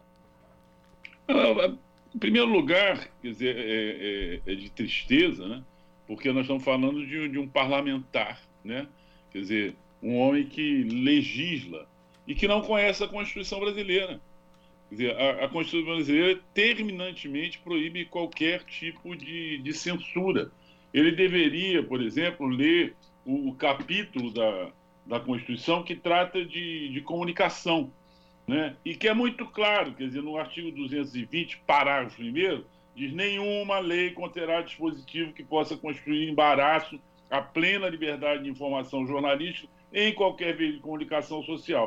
Em primeiro lugar, quer dizer, é, é, é de tristeza, né? Porque nós estamos falando de, de um parlamentar, né? Quer dizer, um homem que legisla e que não conhece a Constituição brasileira. Quer dizer, a, a Constituição brasileira terminantemente proíbe qualquer tipo de, de censura. Ele deveria, por exemplo, ler o, o capítulo da, da Constituição que trata de, de comunicação, né? E que é muito claro, quer dizer, no artigo duzentos e vinte, parágrafo primeiro, diz: nenhuma lei conterá dispositivo que possa constituir embaraço à plena liberdade de informação jornalística em qualquer veículo de comunicação social.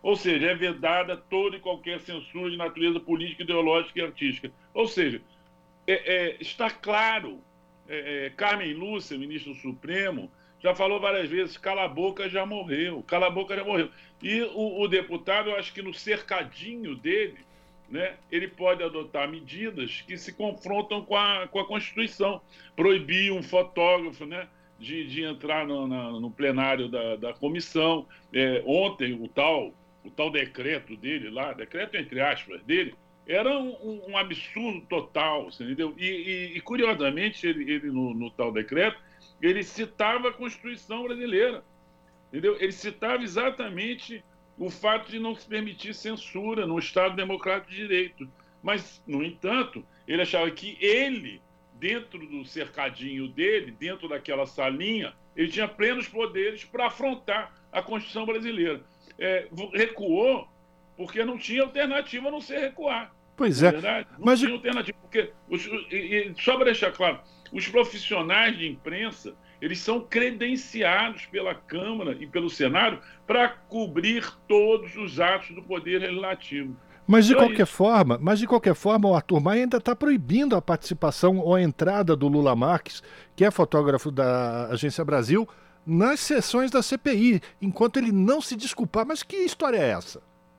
Ou seja, é vedada toda e qualquer censura de natureza política, ideológica e artística. Ou seja, é, é, está claro, é, é, Carmen Lúcia, ministro do Supremo, já falou várias vezes, cala a boca já morreu, cala a boca já morreu. E o, o deputado, eu acho que no cercadinho dele, né, ele pode adotar medidas que se confrontam com a, com a Constituição. Proibir um fotógrafo, né, de, de entrar no, na, no plenário da, da comissão. É, ontem, o tal, o tal decreto dele lá, decreto entre aspas dele, era um, um absurdo total, entendeu? E, e, e curiosamente, ele, ele no, no tal decreto, ele citava a Constituição brasileira, entendeu? Ele citava exatamente o fato de não se permitir censura no Estado Democrático de Direito. Mas, no entanto, ele achava que ele, dentro do cercadinho dele, dentro daquela salinha, ele tinha plenos poderes para afrontar a Constituição brasileira. É, recuou porque não tinha alternativa a não ser recuar. Pois é. Verdade? Não mas... tinha alternativa. Porque, os, e, e, só para deixar claro, os profissionais de imprensa, eles são credenciados pela Câmara e pelo Senado para cobrir todos os atos do Poder Legislativo. Mas de Só qualquer isso. forma, mas de qualquer forma, o Arthur Maia ainda está proibindo a participação ou a entrada do Lula Marques, que é fotógrafo da Agência Brasil, nas sessões da C P I, enquanto ele não se desculpar. Mas que história é essa?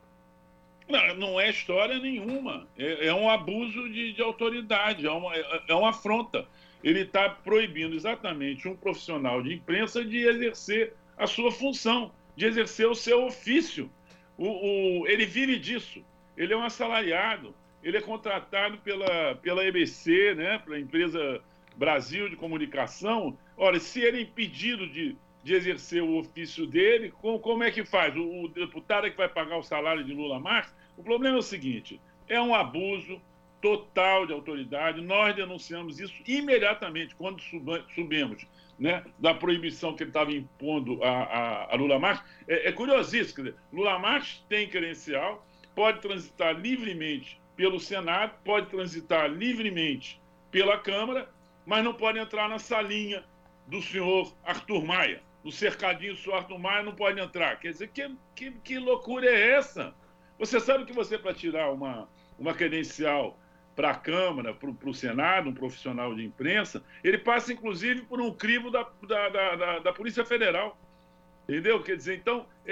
Não, não é história nenhuma. É, é um abuso de, de autoridade, é uma, é, é uma afronta. Ele está proibindo exatamente um profissional de imprensa de exercer a sua função, de exercer o seu ofício. O, o, ele vive disso. Ele é um assalariado. Ele é contratado pela, pela E B C, né, pela empresa Brasil de Comunicação. Olha, se ele é impedido de, de exercer o ofício dele, como, como é que faz? O, o deputado é que vai pagar o salário de Lula Marques? O problema é o seguinte, é um abuso total de autoridade. Nós denunciamos isso imediatamente quando subimos, né, da proibição que ele estava impondo a, a, a Lula Marques. É, é curiosíssimo, quer dizer, Lula Marques tem credencial, pode transitar livremente pelo Senado, pode transitar livremente pela Câmara, mas não pode entrar na salinha do senhor Arthur Maia. No cercadinho do senhor Arthur Maia não pode entrar. Quer dizer, que, que, que loucura é essa? Você sabe que você, para tirar uma, uma credencial para a Câmara, para o Senado, um profissional de imprensa, ele passa, inclusive, por um crivo da, da, da, da Polícia Federal. Entendeu? Quer dizer, então, é,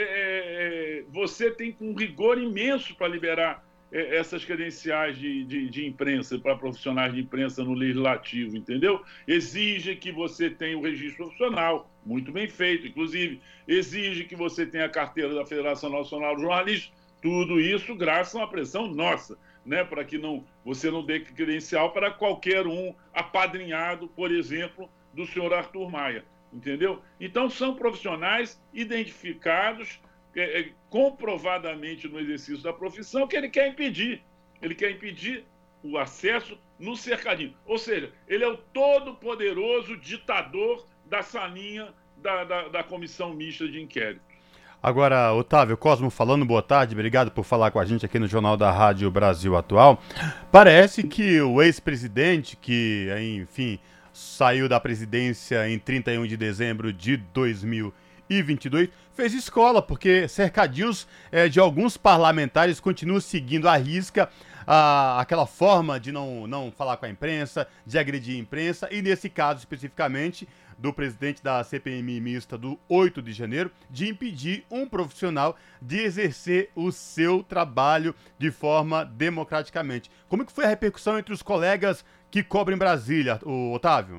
é, você tem um rigor imenso para liberar é, essas credenciais de, de, de imprensa, para profissionais de imprensa no Legislativo, entendeu? Exige que você tenha o registro profissional, muito bem feito, inclusive, exige que você tenha a carteira da Federação Nacional de Jornalistas, tudo isso graças a uma pressão nossa, né, para que não, você não dê credencial para qualquer um apadrinhado, por exemplo, do senhor Arthur Maia, entendeu? Então, são profissionais identificados é, é, comprovadamente no exercício da profissão que ele quer impedir. Ele quer impedir o acesso no cercadinho. Ou seja, ele é o todo-poderoso ditador da salinha da, da, da comissão mista de inquérito. Agora, Otávio, Cosmo falando, boa tarde, obrigado por falar com a gente aqui no Jornal da Rádio Brasil Atual. Parece que o ex-presidente, que, enfim, saiu da presidência em trinta e um de dezembro de dois mil e vinte e dois, fez escola, porque cercadinhos é, de alguns parlamentares continuam seguindo à risca a, aquela forma de não, não falar com a imprensa, de agredir a imprensa, e nesse caso especificamente do presidente da C P M mista do oito de janeiro, de impedir um profissional de exercer o seu trabalho de forma democraticamente. Como que foi a repercussão entre os colegas que cobrem Brasília, o Otávio?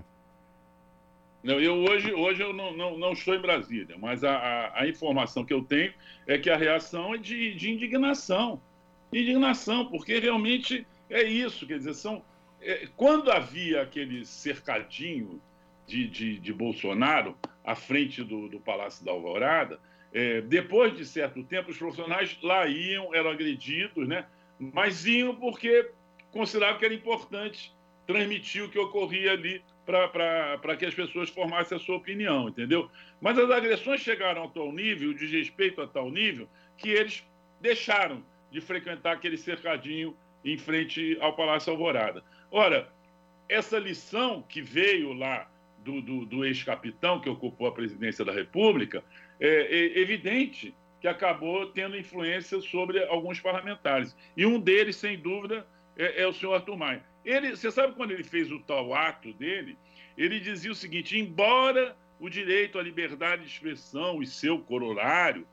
Não, eu hoje, hoje eu não, não, não estou em Brasília, mas a, a, a informação que eu tenho é que a reação é de, de indignação. Indignação, porque realmente é isso, quer dizer, são, é, quando havia aquele cercadinho De, de, de Bolsonaro à frente do, do Palácio da Alvorada, é, depois de certo tempo, os profissionais lá iam, eram agredidos, né? Mas iam porque consideravam que era importante transmitir o que ocorria ali para que as pessoas formassem a sua opinião, entendeu? Mas as agressões chegaram a tal nível, o desrespeito a tal nível, que eles deixaram de frequentar aquele cercadinho em frente ao Palácio Alvorada. Ora, essa lição que veio lá do, do, do ex-capitão que ocupou a presidência da República, é, é evidente que acabou tendo influência sobre alguns parlamentares. E um deles, sem dúvida, é, é o senhor Arthur Maia. Ele, você sabe quando ele fez o tal ato dele? Ele dizia o seguinte: embora o direito à liberdade de expressão e seu corolário,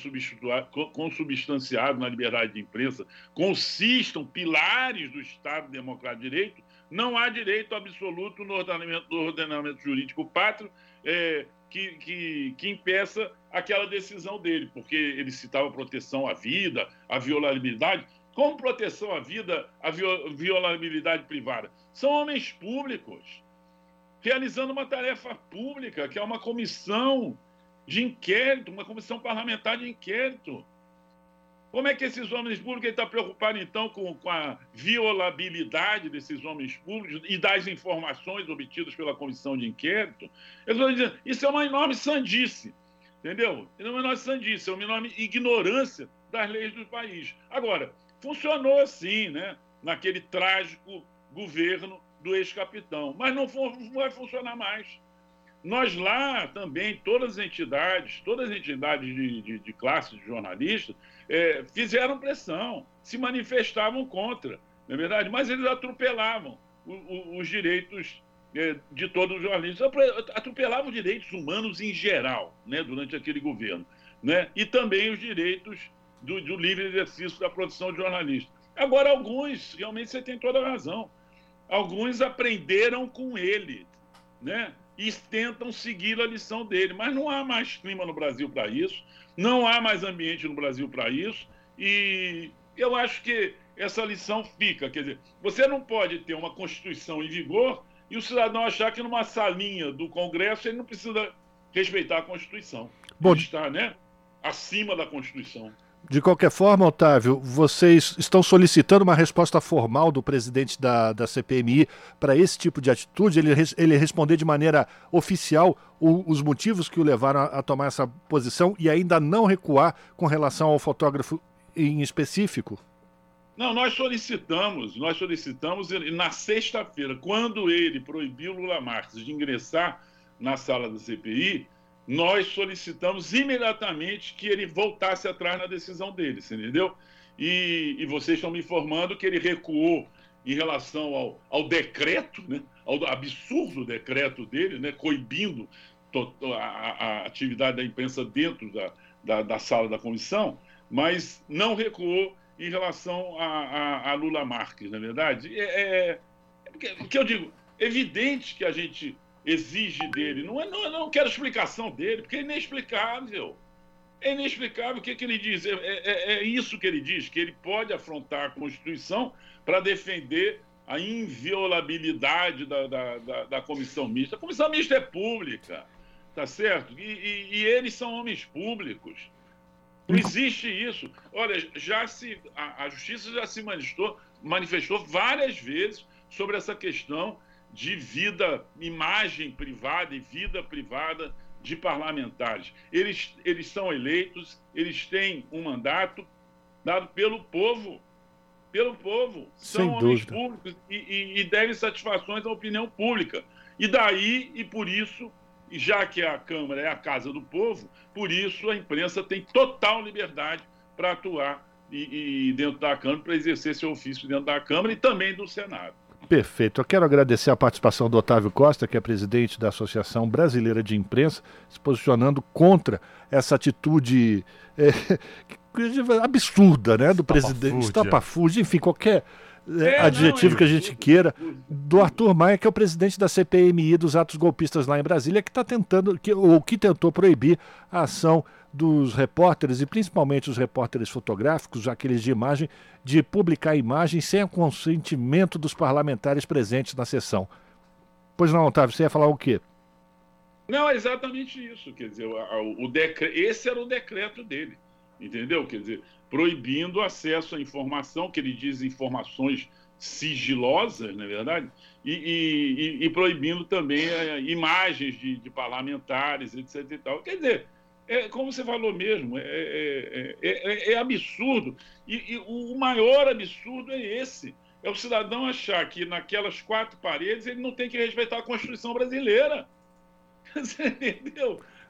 consubstanciado na liberdade de imprensa, consistam pilares do Estado Democrático de Direito, não há direito absoluto no ordenamento, no ordenamento jurídico pátrio é, que, que, que impeça aquela decisão dele, porque ele citava proteção à vida, à violabilidade. Como proteção à vida, à violabilidade privada? São homens públicos realizando uma tarefa pública, que é uma comissão de inquérito, uma comissão parlamentar de inquérito. Como é que esses homens públicos estão preocupados, então, com, com a violabilidade desses homens públicos e das informações obtidas pela comissão de inquérito? Eles estão dizendo, isso é uma enorme sandice, entendeu? É uma enorme sandice, é uma enorme ignorância das leis do país. Agora, funcionou assim, né? Naquele trágico governo do ex-capitão, mas não, for, não vai funcionar mais. Nós lá também, todas as entidades, todas as entidades de, de, de classe de jornalistas é, fizeram pressão, se manifestavam contra, não é verdade? Mas eles atropelavam o, o, os direitos é, de todos os jornalistas, atropelavam os direitos humanos em geral, né, durante aquele governo, né? E também os direitos do, do livre exercício da profissão de jornalista. Agora, alguns, realmente você tem toda a razão, alguns aprenderam com ele, né? E tentam seguir a lição dele. Mas não há mais clima no Brasil para isso, não há mais ambiente no Brasil para isso, e eu acho que essa lição fica. Quer dizer, você não pode ter uma Constituição em vigor e o cidadão achar que numa salinha do Congresso ele não precisa respeitar a Constituição. Bom, ele está, né, acima da Constituição. De qualquer forma, Otávio, vocês estão solicitando uma resposta formal do presidente da, da C P M I para esse tipo de atitude? Ele, ele responder de maneira oficial o, os motivos que o levaram a, a tomar essa posição e ainda não recuar com relação ao fotógrafo em específico? Não, nós solicitamos, nós solicitamos na sexta-feira, quando ele proibiu Lula Marques de ingressar na sala da C P I, nós solicitamos imediatamente que ele voltasse atrás na decisão dele, entendeu? E, e vocês estão me informando que ele recuou em relação ao, ao decreto, né? Ao absurdo decreto dele, né? Coibindo a, a atividade da imprensa dentro da, da, da sala da comissão, mas não recuou em relação a, a, a Lula Marques, na verdade. É, é, é porque, porque eu digo, é evidente que a gente exige dele, não, é, não, não quero explicação dele, porque é inexplicável. É inexplicável o que, que ele diz. É, é, é isso que ele diz, que ele pode afrontar a Constituição para defender a inviolabilidade da, da, da, da comissão mista. A comissão mista é pública, tá certo? E, e, e eles são homens públicos. Não existe isso. Olha, já se, a, a Justiça já se manifestou, manifestou várias vezes sobre essa questão de vida, imagem privada e vida privada de parlamentares. Eles, eles são eleitos, eles têm um mandato dado pelo povo, pelo povo. São homens públicos e, e, e devem satisfações à opinião pública. E daí, e por isso, já que a Câmara é a casa do povo, por isso a imprensa tem total liberdade para atuar e, e dentro da Câmara, para exercer seu ofício dentro da Câmara e também do Senado. Perfeito. Eu quero agradecer a participação do Otávio Costa, que é presidente da Associação Brasileira de Imprensa, se posicionando contra essa atitude é, absurda, né, do presidente, estapafúrdia, enfim, qualquer é, adjetivo não, é que a gente queira, do Arthur Maia, que é o presidente da C P M I dos atos golpistas lá em Brasília, que está tentando, que, ou que tentou proibir a ação dos repórteres, e principalmente os repórteres fotográficos, aqueles de imagem, de publicar imagens sem o consentimento dos parlamentares presentes na sessão. Pois não, Otávio, você ia falar o quê? Não, é exatamente isso. Quer dizer, o, o decre... esse era o decreto dele, entendeu? Quer dizer, proibindo o acesso à informação, que ele diz informações sigilosas, não é verdade? E, e, e proibindo também é, imagens de, de parlamentares, etc e tal. Quer dizer, é, como você falou mesmo, é, é, é, é absurdo. E, e o maior absurdo é esse. É o cidadão achar que naquelas quatro paredes ele não tem que respeitar a Constituição brasileira. Você entendeu?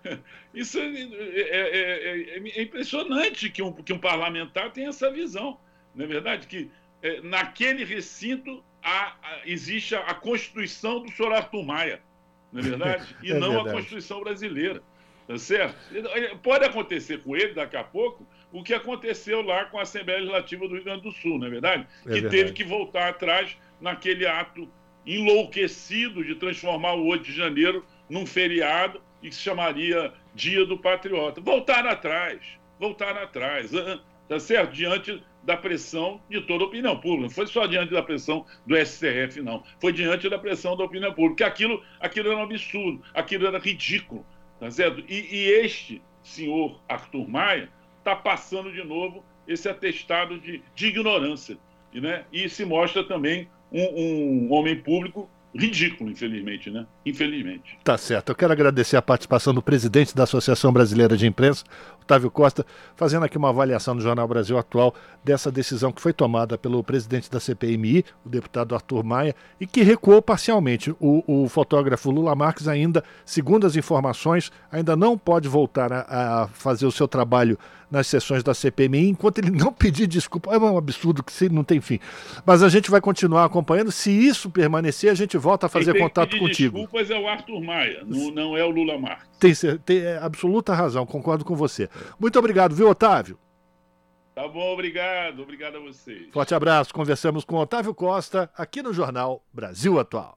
Isso é, é, é, é impressionante que um, que um parlamentar tenha essa visão. Não é verdade? Que é, naquele recinto há, existe a, a Constituição do senhor Arthur Maia, não é verdade? E é não verdade. A Constituição brasileira. Tá certo? Pode acontecer com ele, daqui a pouco, o que aconteceu lá com a Assembleia Legislativa do Rio Grande do Sul, não é verdade? É que verdade. Teve que voltar atrás naquele ato enlouquecido de transformar o oito de janeiro num feriado e que se chamaria Dia do Patriota. Voltaram atrás, voltaram atrás, tá certo? Diante da pressão de toda a opinião pública. Não foi só diante da pressão do S T F, não. Foi diante da pressão da opinião pública. Porque aquilo, aquilo era um absurdo, aquilo era ridículo. Tá certo? E, e este senhor Arthur Maia está passando de novo esse atestado de, de ignorância. E, né? E se mostra também um, um homem público ridículo, infelizmente, né? Infelizmente. Tá certo. Eu quero agradecer a participação do presidente da Associação Brasileira de Imprensa, Otávio Costa, fazendo aqui uma avaliação no Jornal Brasil Atual dessa decisão que foi tomada pelo presidente da C P M I, o deputado Arthur Maia, e que recuou parcialmente. O, o fotógrafo Lula Marques ainda, segundo as informações, ainda não pode voltar a, a fazer o seu trabalho nas sessões da C P M I, enquanto ele não pedir desculpa. É um absurdo que não tem fim. Mas a gente vai continuar acompanhando. Se isso permanecer, a gente volta a fazer contato contigo. Desculpas é o Arthur Maia, não, não é o Lula Marques. Tem, tem é, absoluta razão, concordo com você. Muito obrigado, viu, Otávio? Tá bom, obrigado. Obrigado a vocês. Forte abraço. Conversamos com Otávio Costa, aqui no Jornal Brasil Atual.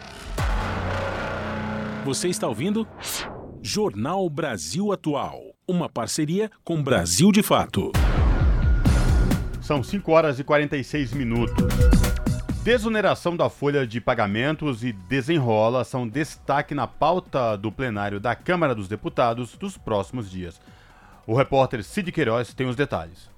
Você está ouvindo Jornal Brasil Atual, uma parceria com Brasil de Fato. São cinco horas e quarenta e seis minutos. Desoneração da folha de pagamentos e desenrola são destaque na pauta do plenário da Câmara dos Deputados dos próximos dias. O repórter Cid Queiroz tem os detalhes.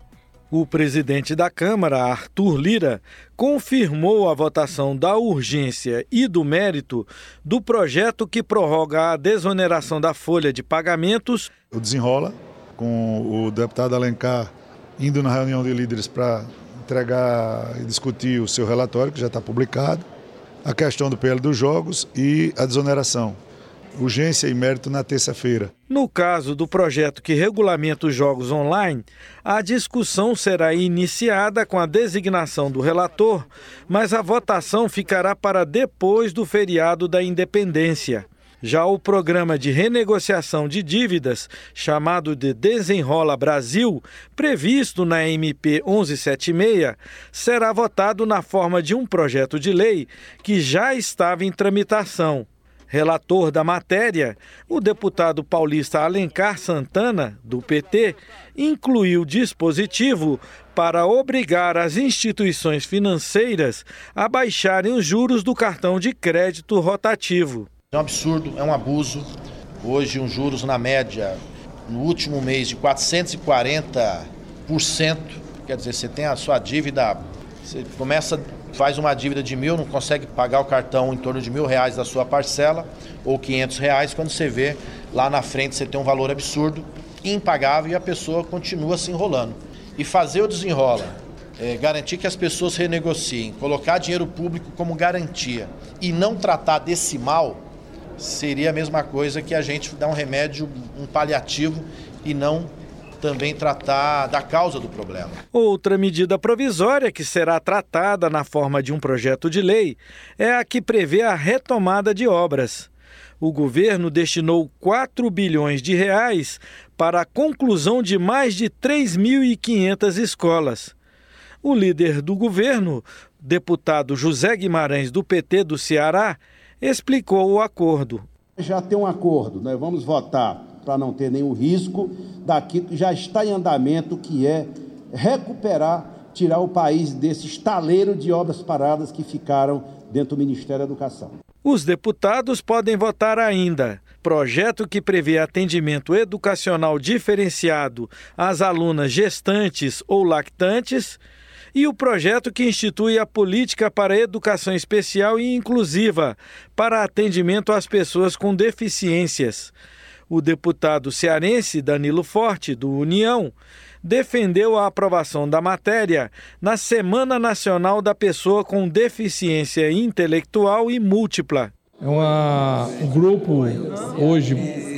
O presidente da Câmara, Arthur Lira, confirmou a votação da urgência e do mérito do projeto que prorroga a desoneração da folha de pagamentos. O desenrola, com o deputado Alencar indo na reunião de líderes para entregar e discutir o seu relatório, que já está publicado, a questão do P L dos jogos e a desoneração. Urgência e mérito na terça-feira. No caso do projeto que regulamenta os jogos online, a discussão será iniciada com a designação do relator, mas a votação ficará para depois do feriado da Independência. Já o programa de renegociação de dívidas, chamado de Desenrola Brasil, previsto na M P onze setenta e seis, será votado na forma de um projeto de lei que já estava em tramitação. Relator da matéria, o deputado paulista Alencar Santana, do P T, incluiu dispositivo para obrigar as instituições financeiras a baixarem os juros do cartão de crédito rotativo. É um absurdo, é um abuso. Hoje, um juros na média, no último mês, de quatrocentos e quarenta por cento. Quer dizer, você tem a sua dívida, você começa... faz uma dívida de mil, não consegue pagar o cartão em torno de mil reais da sua parcela, ou quinhentos reais, quando você vê lá na frente você tem um valor absurdo, impagável, e a pessoa continua se enrolando. E fazer o desenrola, é, garantir que as pessoas renegociem, colocar dinheiro público como garantia e não tratar desse mal, seria a mesma coisa que a gente dar um remédio, um paliativo, e não também tratar da causa do problema. Outra medida provisória que será tratada na forma de um projeto de lei é a que prevê a retomada de obras. O governo destinou quatro bilhões de reais para a conclusão de mais de três mil e quinhentas escolas. O líder do governo, deputado José Guimarães, do P T do Ceará, explicou o acordo. Já tem um acordo, nós vamos votar para não ter nenhum risco daquilo que já está em andamento, que é recuperar, tirar o país desse estaleiro de obras paradas que ficaram dentro do Ministério da Educação. Os deputados podem votar ainda. Projeto que prevê atendimento educacional diferenciado às alunas gestantes ou lactantes, e o projeto que institui a política para educação especial e inclusiva para atendimento às pessoas com deficiências. O deputado cearense Danilo Forte, do União, defendeu a aprovação da matéria na Semana Nacional da Pessoa com Deficiência Intelectual e Múltipla. É uma, um grupo hoje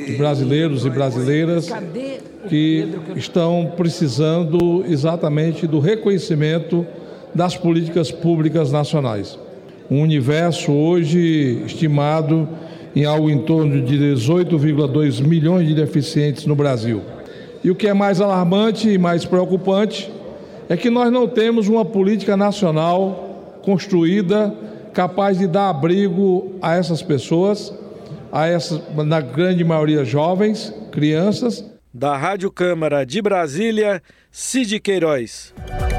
brasileiros e brasileiras que estão precisando exatamente do reconhecimento das políticas públicas nacionais. Um universo hoje estimado em algo em torno de dezoito vírgula dois milhões de deficientes no Brasil. E o que é mais alarmante e mais preocupante é que nós não temos uma política nacional construída capaz de dar abrigo a essas pessoas, a essas, na grande maioria, jovens, crianças. Da Rádio Câmara de Brasília, Cid Queiroz.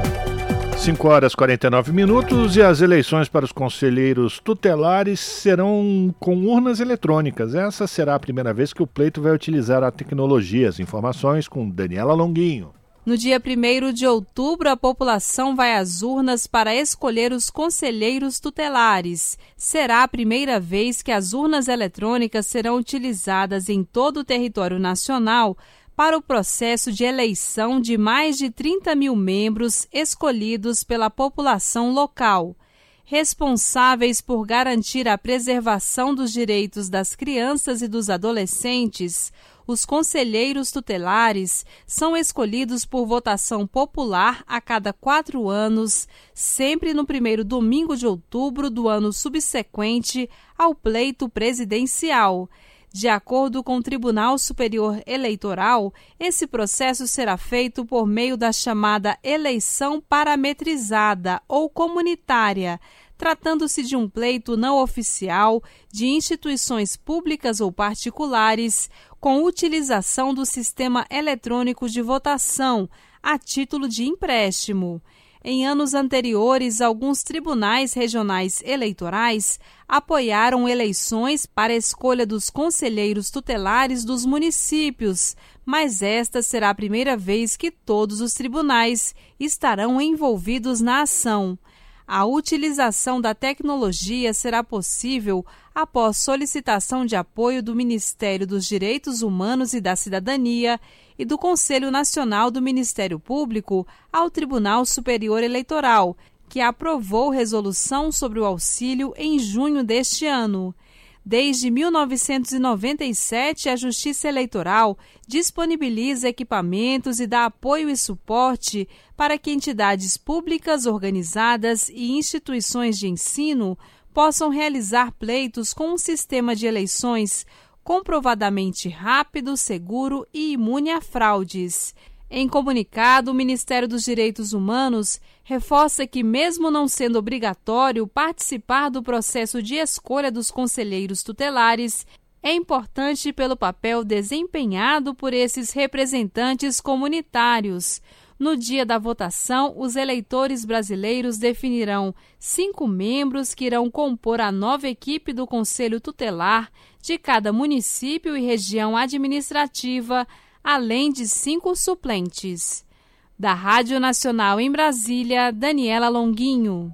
cinco horas e quarenta e nove minutos e as eleições para os conselheiros tutelares serão com urnas eletrônicas. Essa será a primeira vez que o pleito vai utilizar a tecnologia. As informações com Daniela Longuinho. No dia primeiro de outubro, a população vai às urnas para escolher os conselheiros tutelares. Será a primeira vez que as urnas eletrônicas serão utilizadas em todo o território nacional para o processo de eleição de mais de trinta mil membros escolhidos pela população local. Responsáveis por garantir a preservação dos direitos das crianças e dos adolescentes, os conselheiros tutelares são escolhidos por votação popular a cada quatro anos, sempre no primeiro domingo de outubro do ano subsequente ao pleito presidencial. De acordo com o Tribunal Superior Eleitoral, esse processo será feito por meio da chamada eleição parametrizada ou comunitária, tratando-se de um pleito não oficial de instituições públicas ou particulares com utilização do sistema eletrônico de votação, a título de empréstimo. Em anos anteriores, alguns tribunais regionais eleitorais apoiaram eleições para a escolha dos conselheiros tutelares dos municípios, mas esta será a primeira vez que todos os tribunais estarão envolvidos na ação. A utilização da tecnologia será possível após solicitação de apoio do Ministério dos Direitos Humanos e da Cidadania e do Conselho Nacional do Ministério Público ao Tribunal Superior Eleitoral, que aprovou resolução sobre o auxílio em junho deste ano. Desde mil novecentos e noventa e sete, a Justiça Eleitoral disponibiliza equipamentos e dá apoio e suporte para que entidades públicas, organizadas e instituições de ensino possam realizar pleitos com um sistema de eleições comprovadamente rápido, seguro e imune a fraudes. Em comunicado, o Ministério dos Direitos Humanos reforça que, mesmo não sendo obrigatório participar do processo de escolha dos conselheiros tutelares, é importante pelo papel desempenhado por esses representantes comunitários. No dia da votação, os eleitores brasileiros definirão cinco membros que irão compor a nova equipe do Conselho Tutelar de cada município e região administrativa, além de cinco suplentes. Da Rádio Nacional em Brasília, Daniela Longuinho.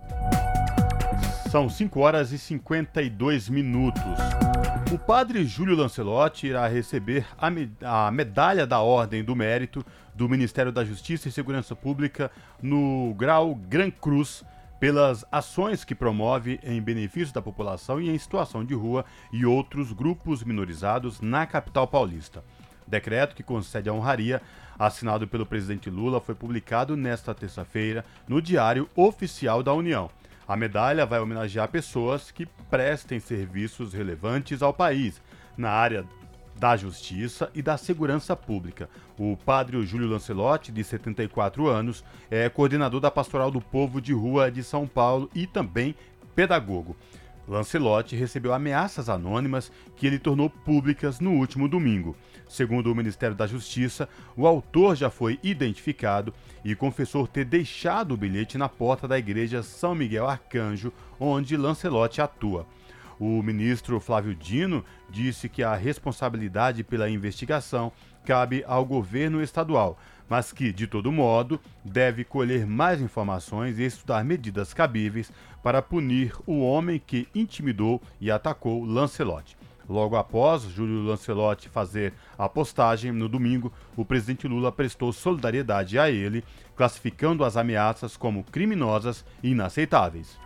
São cinco horas e cinquenta e dois minutos. O padre Júlio Lancelotti irá receber a, me- a Medalha da Ordem do Mérito do Ministério da Justiça e Segurança Pública no grau Gran Cruz pelas ações que promove em benefício da população e em situação de rua e outros grupos minorizados na capital paulista. Decreto que concede a honraria, assinado pelo presidente Lula, foi publicado nesta terça-feira no Diário Oficial da União. A medalha vai homenagear pessoas que prestem serviços relevantes ao país na área da justiça e da segurança pública. O padre Júlio Lancelotti, de setenta e quatro anos, é coordenador da Pastoral do Povo de Rua de São Paulo e também pedagogo. Lancelotti recebeu ameaças anônimas que ele tornou públicas no último domingo. Segundo o Ministério da Justiça, o autor já foi identificado e confessou ter deixado o bilhete na porta da igreja São Miguel Arcanjo, onde Lancelotti atua. O ministro Flávio Dino disse que a responsabilidade pela investigação cabe ao governo estadual, mas que, de todo modo, deve colher mais informações e estudar medidas cabíveis para punir o homem que intimidou e atacou Lancelotti. Logo após Júlio Lancelotti fazer a postagem, no domingo, o presidente Lula prestou solidariedade a ele, classificando as ameaças como criminosas e inaceitáveis.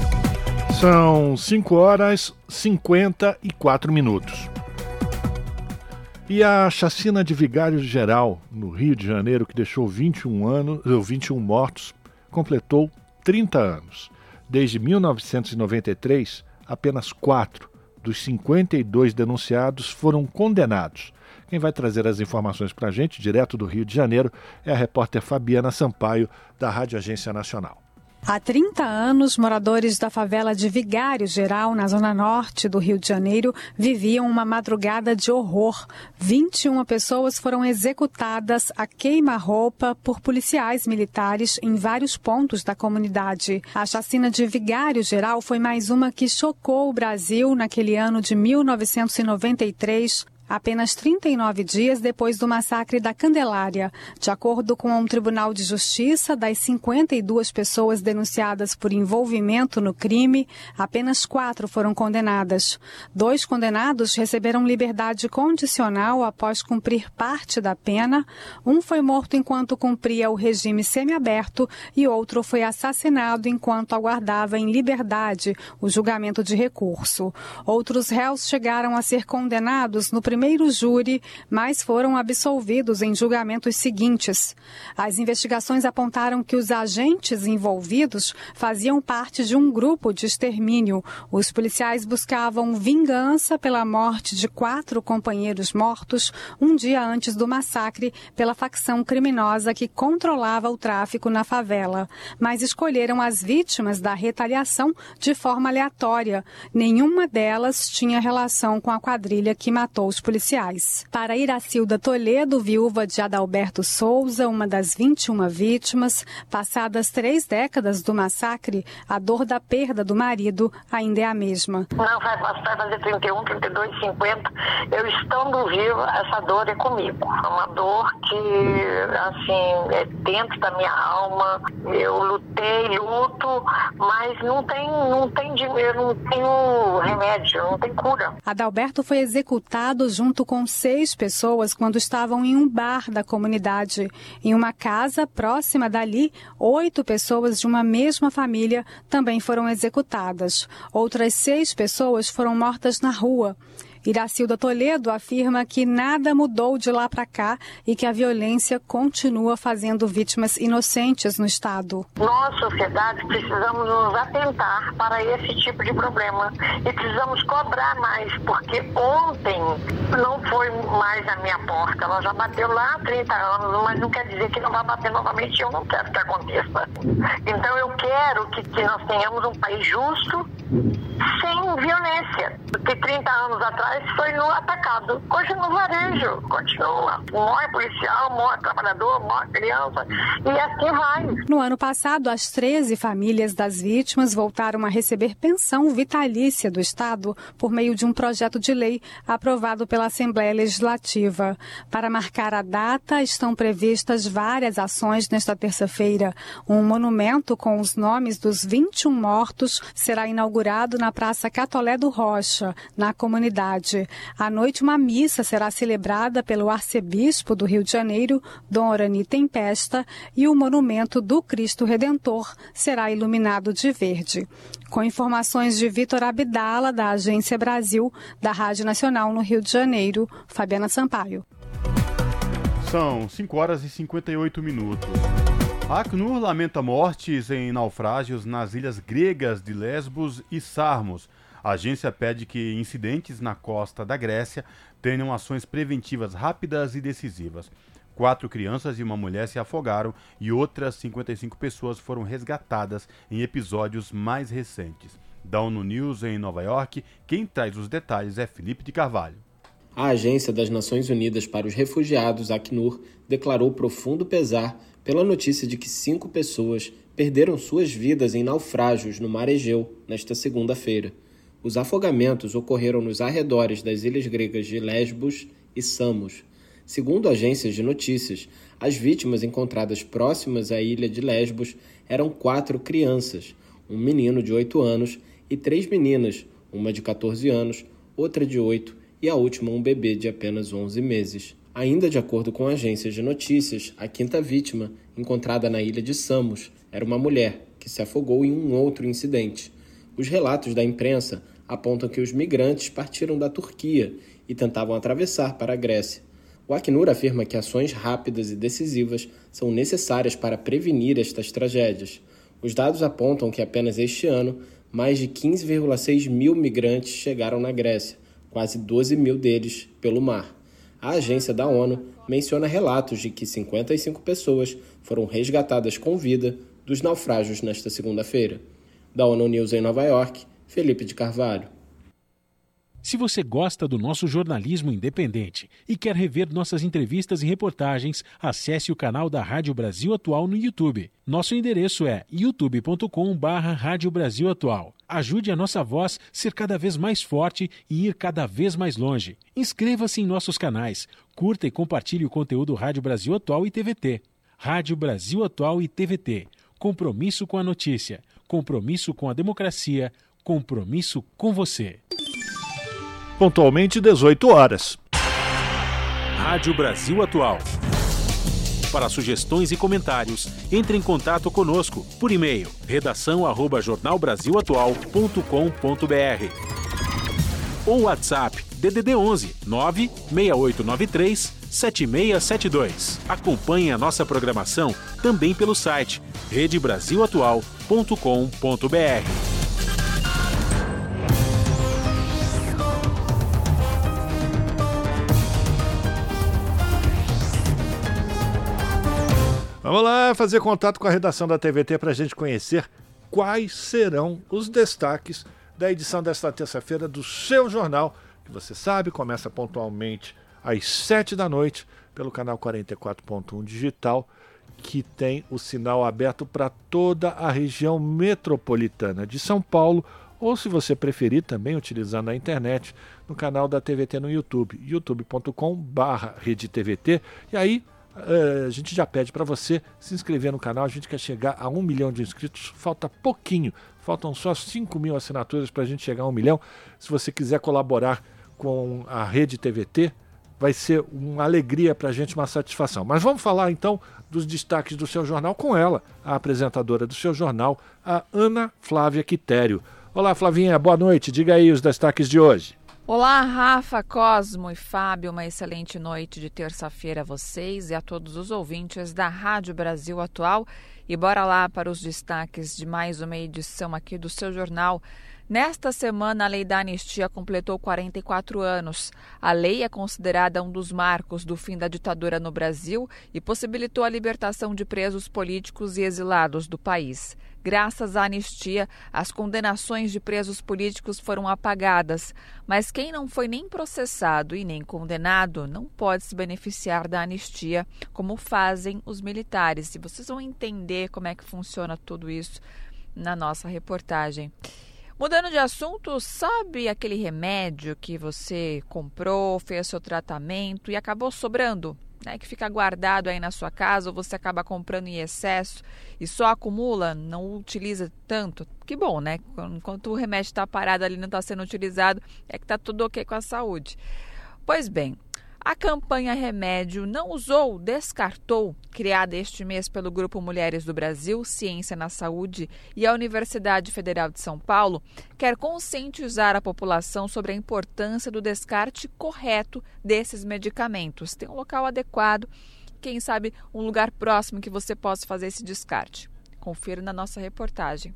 São cinco horas e cinquenta e quatro minutos. E a chacina de Vigário Geral, no Rio de Janeiro, que deixou vinte e um, anos, vinte e um mortos, completou trinta anos. Desde mil novecentos e noventa e três, apenas quatro dos cinquenta e dois denunciados foram condenados. Quem vai trazer as informações para a gente, direto do Rio de Janeiro, é a repórter Fabiana Sampaio, da Rádio Agência Nacional. Há trinta anos, moradores da favela de Vigário Geral, na zona norte do Rio de Janeiro, viviam uma madrugada de horror. vinte e uma pessoas foram executadas a queima-roupa por policiais militares em vários pontos da comunidade. A chacina de Vigário Geral foi mais uma que chocou o Brasil naquele ano de mil novecentos e noventa e três, apenas trinta e nove dias depois do massacre da Candelária. De acordo com um Tribunal de Justiça, das cinquenta e duas pessoas denunciadas por envolvimento no crime, apenas quatro foram condenadas. Dois condenados receberam liberdade condicional após cumprir parte da pena. Um foi morto enquanto cumpria o regime semiaberto e outro foi assassinado enquanto aguardava em liberdade o julgamento de recurso. Outros réus chegaram a ser condenados no primeiro primeiro júri, mas foram absolvidos em julgamentos seguintes. As investigações apontaram que os agentes envolvidos faziam parte de um grupo de extermínio. Os policiais buscavam vingança pela morte de quatro companheiros mortos um dia antes do massacre pela facção criminosa que controlava o tráfico na favela, mas escolheram as vítimas da retaliação de forma aleatória. Nenhuma delas tinha relação com a quadrilha que matou os policiais. Para Iracilda Toledo, viúva de Adalberto Souza, uma das vinte e uma vítimas, passadas três décadas do massacre, a dor da perda do marido ainda é a mesma. Não vai passar, fazer trinta e um, trinta e dois, cinquenta. Eu estando viva, essa dor é comigo. É uma dor que, assim, é dentro da minha alma. Eu lutei, luto, mas não tem, não tem dinheiro, não tenho remédio, não tem cura. Adalberto foi executado junto com seis pessoas quando estavam em um bar da comunidade. Em uma casa próxima dali, oito pessoas de uma mesma família também foram executadas. Outras seis pessoas foram mortas na rua. Iracilda Toledo afirma que nada mudou de lá para cá e que a violência continua fazendo vítimas inocentes no Estado. Nós, sociedade, precisamos nos atentar para esse tipo de problema e precisamos cobrar mais, porque ontem não foi mais na minha porta. Ela já bateu lá há trinta anos, mas não quer dizer que não vai bater novamente. Eu não quero que aconteça. Então eu quero que, que nós tenhamos um país justo, sem violência. Porque trinta anos atrás foi no atacado. Hoje no varejo. Continua. Morre policial, morre trabalhador, morre criança. E assim vai. No ano passado, as treze famílias das vítimas voltaram a receber pensão vitalícia do Estado por meio de um projeto de lei aprovado pela Assembleia Legislativa. Para marcar a data, estão previstas várias ações nesta terça-feira. Um monumento com os nomes dos vinte e um mortos será inaugurado na Praça Catolé do Rocha, na comunidade. À noite, uma missa será celebrada pelo arcebispo do Rio de Janeiro, Dom Orani Tempesta, e o monumento do Cristo Redentor será iluminado de verde. Com informações de Vitor Abdala, da Agência Brasil, da Rádio Nacional no Rio de Janeiro, Fabiana Sampaio. São cinco horas e cinquenta e oito minutos. A Acnur lamenta mortes em naufrágios nas ilhas gregas de Lesbos e Samos. A agência pede que incidentes na costa da Grécia tenham ações preventivas rápidas e decisivas. Quatro crianças e uma mulher se afogaram e outras cinquenta e cinco pessoas foram resgatadas em episódios mais recentes. Da ONU News em Nova York, quem traz os detalhes é Felipe de Carvalho. A Agência das Nações Unidas para os Refugiados, Acnur, declarou profundo pesar pela notícia de que cinco pessoas perderam suas vidas em naufrágios no mar Egeu nesta segunda-feira. Os afogamentos ocorreram nos arredores das ilhas gregas de Lesbos e Samos. Segundo agências de notícias, as vítimas encontradas próximas à ilha de Lesbos eram quatro crianças, um menino de oito anos e três meninas, uma de catorze anos, outra de oito e a última um bebê de apenas onze meses. Ainda de acordo com agências de notícias, a quinta vítima, encontrada na ilha de Samos, era uma mulher que se afogou em um outro incidente. Os relatos da imprensa apontam que os migrantes partiram da Turquia e tentavam atravessar para a Grécia. O Acnur afirma que ações rápidas e decisivas são necessárias para prevenir estas tragédias. Os dados apontam que apenas este ano, mais de quinze vírgula seis mil migrantes chegaram na Grécia, quase doze mil deles pelo mar. A agência da ONU menciona relatos de que cinquenta e cinco pessoas foram resgatadas com vida dos naufrágios nesta segunda-feira. Da ONU News em Nova York, Felipe de Carvalho. Se você gosta do nosso jornalismo independente e quer rever nossas entrevistas e reportagens, acesse o canal da Rádio Brasil Atual no YouTube. Nosso endereço é youtube ponto com barra Rádio Brasil Atual. Ajude a nossa voz ser cada vez mais forte e ir cada vez mais longe. Inscreva-se em nossos canais, curta e compartilhe o conteúdo Rádio Brasil Atual e T V T. Rádio Brasil Atual e T V T. Compromisso com a notícia, compromisso com a democracia, compromisso com você. Pontualmente dezoito horas. Rádio Brasil Atual. Para sugestões e comentários, entre em contato conosco por e-mail redação arroba jornal brasil atual ponto com ponto br ou WhatsApp D D D onze nove seis oito nove três sete seis sete dois. Acompanhe a nossa programação também pelo site rede brasil atual ponto com ponto br. Vamos lá fazer contato com a redação da T V T para a gente conhecer quais serão os destaques da edição desta terça-feira do seu jornal, que você sabe, começa pontualmente às sete da noite pelo canal quarenta e quatro ponto um digital, que tem o sinal aberto para toda a região metropolitana de São Paulo, ou se você preferir também utilizando a internet no canal da T V T no YouTube, youtube ponto com barra rede T V T, e aí Uh, a gente já pede para você se inscrever no canal. A gente quer chegar a um milhão de inscritos, falta pouquinho, faltam só cinco mil assinaturas para a gente chegar a um milhão. Se você quiser colaborar com a Rede T V T, vai ser uma alegria para a gente, uma satisfação. Mas vamos falar então dos destaques do seu jornal com ela, a apresentadora do seu jornal, a Ana Flávia Quitério. Olá, Flavinha, boa noite, diga aí os destaques de hoje. Olá, Rafa, Cosmo e Fábio, uma excelente noite de terça-feira a vocês e a todos os ouvintes da Rádio Brasil Atual. E bora lá para os destaques de mais uma edição aqui do seu jornal. Nesta semana, a lei da anistia completou quarenta e quatro anos. A lei é considerada um dos marcos do fim da ditadura no Brasil e possibilitou a libertação de presos políticos e exilados do país. Graças à anistia, as condenações de presos políticos foram apagadas, mas quem não foi nem processado e nem condenado não pode se beneficiar da anistia, como fazem os militares. E vocês vão entender como é que funciona tudo isso na nossa reportagem. Mudando de assunto, sabe aquele remédio que você comprou, fez seu tratamento e acabou sobrando, né, que fica guardado aí na sua casa, ou você acaba comprando em excesso e só acumula, não utiliza tanto? Que bom, né? Enquanto o remédio está parado ali, não está sendo utilizado, é que está tudo ok com a saúde. Pois bem, a campanha Remédio Não Usou, Descartou, criada este mês pelo Grupo Mulheres do Brasil, Ciência na Saúde e a Universidade Federal de São Paulo, quer conscientizar a população sobre a importância do descarte correto desses medicamentos. Tem um local adequado, quem sabe um lugar próximo que você possa fazer esse descarte. Confira na nossa reportagem.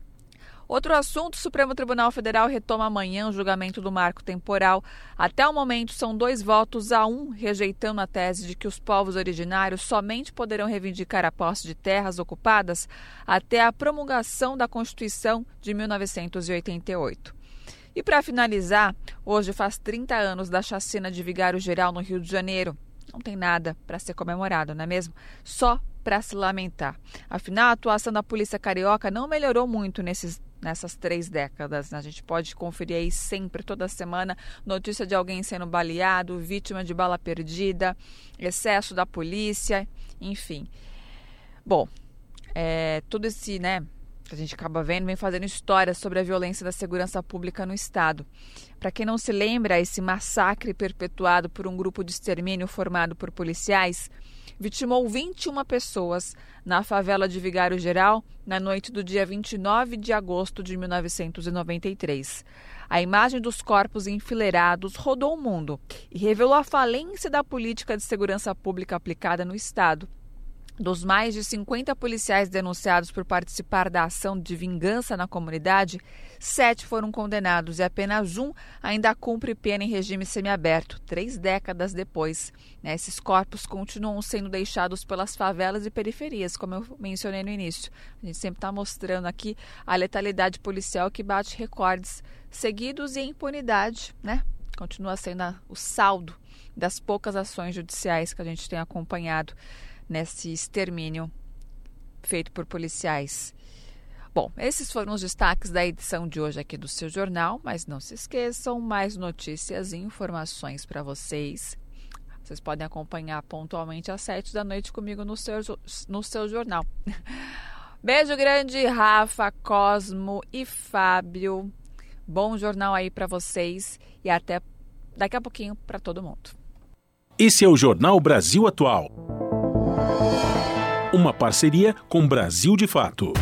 Outro assunto, o Supremo Tribunal Federal retoma amanhã o julgamento do marco temporal. Até o momento, são dois votos a um, rejeitando a tese de que os povos originários somente poderão reivindicar a posse de terras ocupadas até a promulgação da Constituição de mil novecentos e oitenta e oito. E para finalizar, hoje faz trinta anos da chacina de Vigário Geral no Rio de Janeiro. Não tem nada para ser comemorado, não é mesmo? Só para se lamentar. Afinal, a atuação da polícia carioca não melhorou muito nesses Nessas três décadas. A gente pode conferir aí sempre, toda semana, notícia de alguém sendo baleado, vítima de bala perdida, excesso da polícia, enfim. Bom, é, tudo esse, né, que a gente acaba vendo, vem fazendo histórias sobre a violência da segurança pública no Estado. Para quem não se lembra, esse massacre perpetuado por um grupo de extermínio formado por policiais vitimou vinte e uma pessoas na favela de Vigário Geral na noite do dia vinte e nove de agosto de mil novecentos e noventa e três. A imagem dos corpos enfileirados rodou o mundo e revelou a falência da política de segurança pública aplicada no Estado. Dos mais de cinquenta policiais denunciados por participar da ação de vingança na comunidade, sete foram condenados e apenas um ainda cumpre pena em regime semiaberto, três décadas depois. Esses corpos continuam sendo deixados pelas favelas e periferias, como eu mencionei no início. A gente sempre está mostrando aqui a letalidade policial que bate recordes seguidos e a impunidade, né? Continua sendo o saldo das poucas ações judiciais que a gente tem acompanhado nesse extermínio feito por policiais. Bom, esses foram os destaques da edição de hoje aqui do seu jornal, mas não se esqueçam, mais notícias e informações para vocês. Vocês podem acompanhar pontualmente às sete da noite comigo no seu, no seu jornal. Beijo grande, Rafa, Cosmo e Fábio. Bom jornal aí para vocês e até daqui a pouquinho para todo mundo. Esse é o Jornal Brasil Atual. Uma parceria com Brasil de Fato.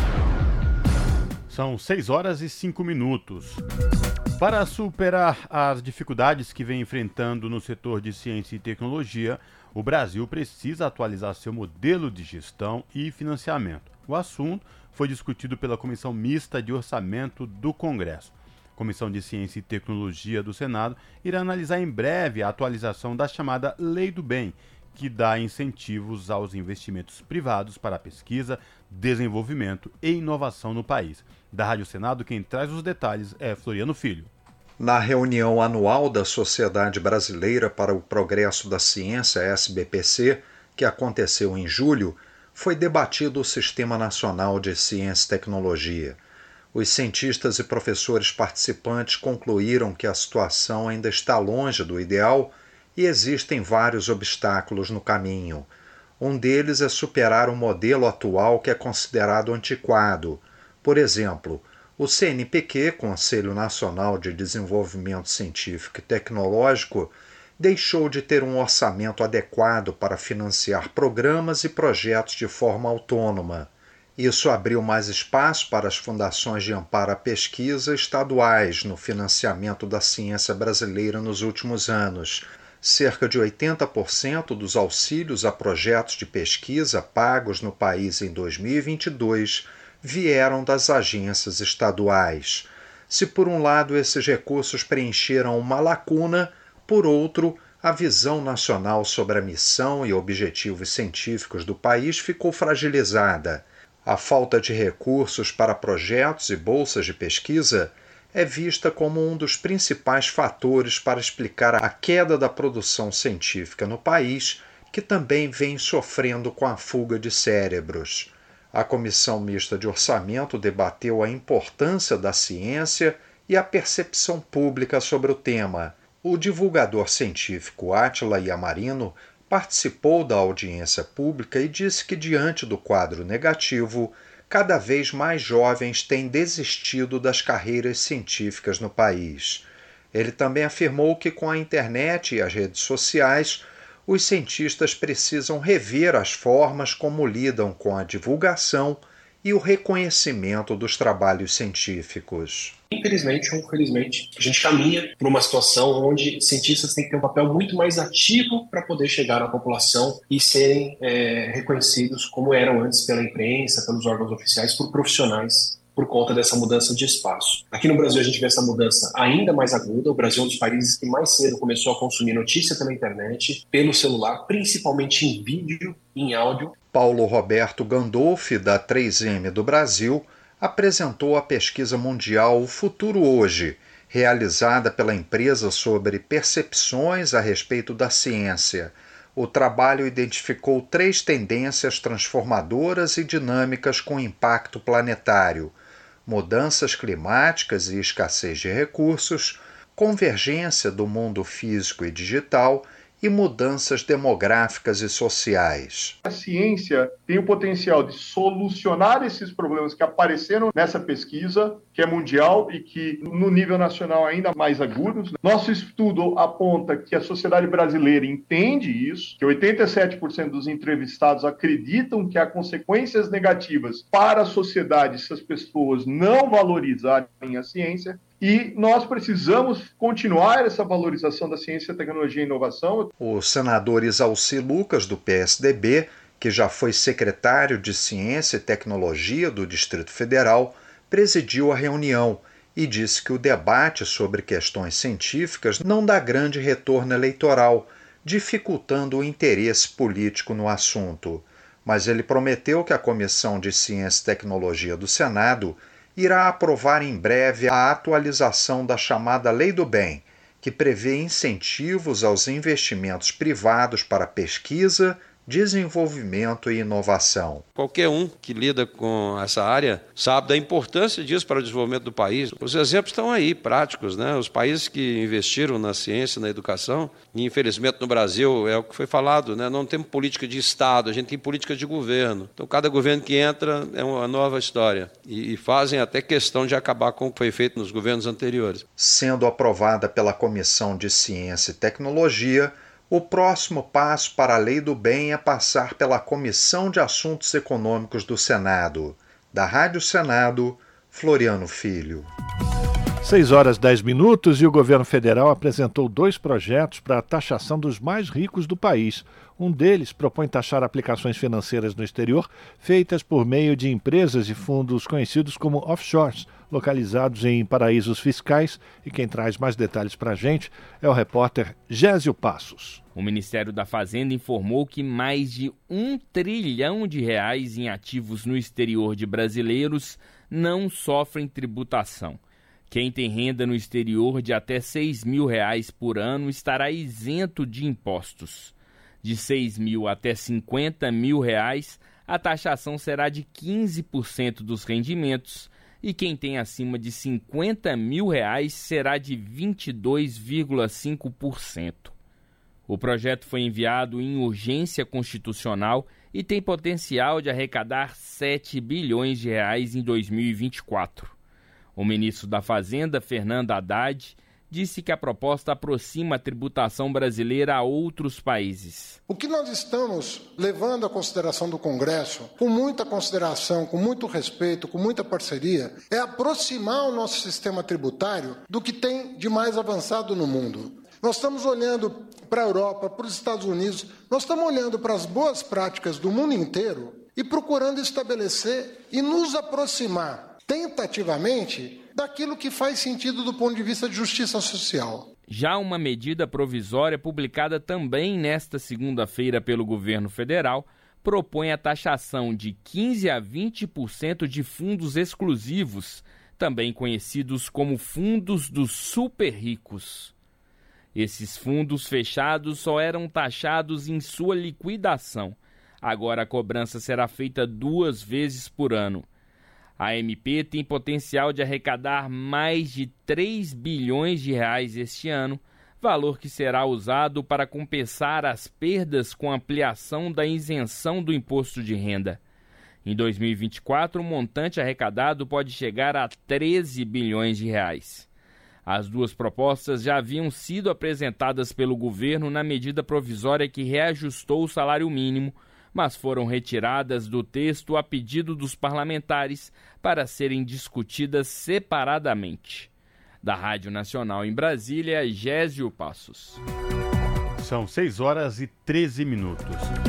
São seis horas e cinco minutos. Para superar as dificuldades que vem enfrentando no setor de ciência e tecnologia, o Brasil precisa atualizar seu modelo de gestão e financiamento. O assunto foi discutido pela Comissão Mista de Orçamento do Congresso. A Comissão de Ciência e Tecnologia do Senado irá analisar em breve a atualização da chamada Lei do Bem, que dá incentivos aos investimentos privados para pesquisa, desenvolvimento e inovação no país. Da Rádio Senado, quem traz os detalhes é Floriano Filho. Na reunião anual da Sociedade Brasileira para o Progresso da Ciência, S B P C, que aconteceu em julho, foi debatido o Sistema Nacional de Ciência e Tecnologia. Os cientistas e professores participantes concluíram que a situação ainda está longe do ideal e existem vários obstáculos no caminho. Um deles é superar o modelo atual que é considerado antiquado. Por exemplo, o C N P Q, Conselho Nacional de Desenvolvimento Científico e Tecnológico, deixou de ter um orçamento adequado para financiar programas e projetos de forma autônoma. Isso abriu mais espaço para as fundações de amparo à pesquisa estaduais no financiamento da ciência brasileira nos últimos anos. Cerca de oitenta por cento dos auxílios a projetos de pesquisa pagos no país em dois mil e vinte e dois vieram das agências estaduais. Se por um lado esses recursos preencheram uma lacuna, por outro, a visão nacional sobre a missão e objetivos científicos do país ficou fragilizada. A falta de recursos para projetos e bolsas de pesquisa é vista como um dos principais fatores para explicar a queda da produção científica no país, que também vem sofrendo com a fuga de cérebros. A Comissão Mista de Orçamento debateu a importância da ciência e a percepção pública sobre o tema. O divulgador científico Átila Yamarino participou da audiência pública e disse que, diante do quadro negativo, cada vez mais jovens têm desistido das carreiras científicas no país. Ele também afirmou que, com a internet e as redes sociais, os cientistas precisam rever as formas como lidam com a divulgação e o reconhecimento dos trabalhos científicos. Infelizmente ou infelizmente, a gente caminha para uma situação onde cientistas têm que ter um papel muito mais ativo para poder chegar na população e serem é, reconhecidos como eram antes pela imprensa, pelos órgãos oficiais, por profissionais, por conta dessa mudança de espaço. Aqui no Brasil a gente vê essa mudança ainda mais aguda. O Brasil é um dos países que mais cedo começou a consumir notícia pela internet, pelo celular, principalmente em vídeo e em áudio. Paulo Roberto Gandolfi, da três M do Brasil, apresentou a pesquisa mundial O Futuro Hoje, realizada pela empresa sobre percepções a respeito da ciência. O trabalho identificou três tendências transformadoras e dinâmicas com impacto planetário: mudanças climáticas e escassez de recursos, convergência do mundo físico e digital e mudanças demográficas e sociais. A ciência tem o potencial de solucionar esses problemas que apareceram nessa pesquisa, que é mundial e que no nível nacional ainda mais agudos. Nosso estudo aponta que a sociedade brasileira entende isso, que oitenta e sete por cento dos entrevistados acreditam que há consequências negativas para a sociedade se as pessoas não valorizarem a ciência. e nós precisamos continuar essa valorização da ciência, tecnologia e inovação. O senador Isalci Lucas, do P S D B, que já foi secretário de Ciência e Tecnologia do Distrito Federal, presidiu a reunião e disse que o debate sobre questões científicas não dá grande retorno eleitoral, dificultando o interesse político no assunto. Mas ele prometeu que a Comissão de Ciência e Tecnologia do Senado irá aprovar em breve a atualização da chamada Lei do Bem, que prevê incentivos aos investimentos privados para pesquisa, desenvolvimento e inovação. Qualquer um que lida com essa área sabe da importância disso para o desenvolvimento do país. Os exemplos estão aí, práticos, né? Os países que investiram na ciência, na educação, e infelizmente no Brasil é o que foi falado, né? Não temos política de Estado, a gente tem política de governo. Então cada governo que entra é uma nova história e, e fazem até questão de acabar com o que foi feito nos governos anteriores. Sendo aprovada pela Comissão de Ciência e Tecnologia, o próximo passo para a Lei do Bem é passar pela Comissão de Assuntos Econômicos do Senado. Da Rádio Senado, Floriano Filho. seis horas e dez minutos e o governo federal apresentou dois projetos para a taxação dos mais ricos do país. Um deles propõe taxar aplicações financeiras no exterior feitas por meio de empresas e fundos conhecidos como offshores, localizados em paraísos fiscais. E quem traz mais detalhes para a gente é o repórter Gésio Passos. O Ministério da Fazenda informou que mais de um trilhão de reais em ativos no exterior de brasileiros não sofrem tributação. Quem tem renda no exterior de até seis mil reais por ano estará isento de impostos. De seis mil até cinquenta mil reais, a taxação será de quinze por cento dos rendimentos e quem tem acima de cinquenta mil reais será de vinte e dois vírgula cinco por cento. O projeto foi enviado em urgência constitucional e tem potencial de arrecadar sete bilhões de reais em dois mil e vinte e quatro. O ministro da Fazenda, Fernando Haddad, disse que a proposta aproxima a tributação brasileira a outros países. O que nós estamos levando à consideração do Congresso, com muita consideração, com muito respeito, com muita parceria, é aproximar o nosso sistema tributário do que tem de mais avançado no mundo. Nós estamos olhando para a Europa, para os Estados Unidos, nós estamos olhando para as boas práticas do mundo inteiro e procurando estabelecer e nos aproximar tentativamente daquilo que faz sentido do ponto de vista de justiça social. Já uma medida provisória publicada também nesta segunda-feira pelo governo federal propõe a taxação de quinze a vinte por cento de fundos exclusivos, também conhecidos como fundos dos super ricos. Esses fundos fechados só eram taxados em sua liquidação. Agora a cobrança será feita duas vezes por ano. A M P tem potencial de arrecadar mais de três bilhões de reais este ano, valor que será usado para compensar as perdas com a ampliação da isenção do imposto de renda. Em dois mil e vinte e quatro, o montante arrecadado pode chegar a treze bilhões de reais. As duas propostas já haviam sido apresentadas pelo governo na medida provisória que reajustou o salário mínimo, mas foram retiradas do texto a pedido dos parlamentares para serem discutidas separadamente. Da Rádio Nacional em Brasília, Gésio Passos. São seis horas e treze minutos.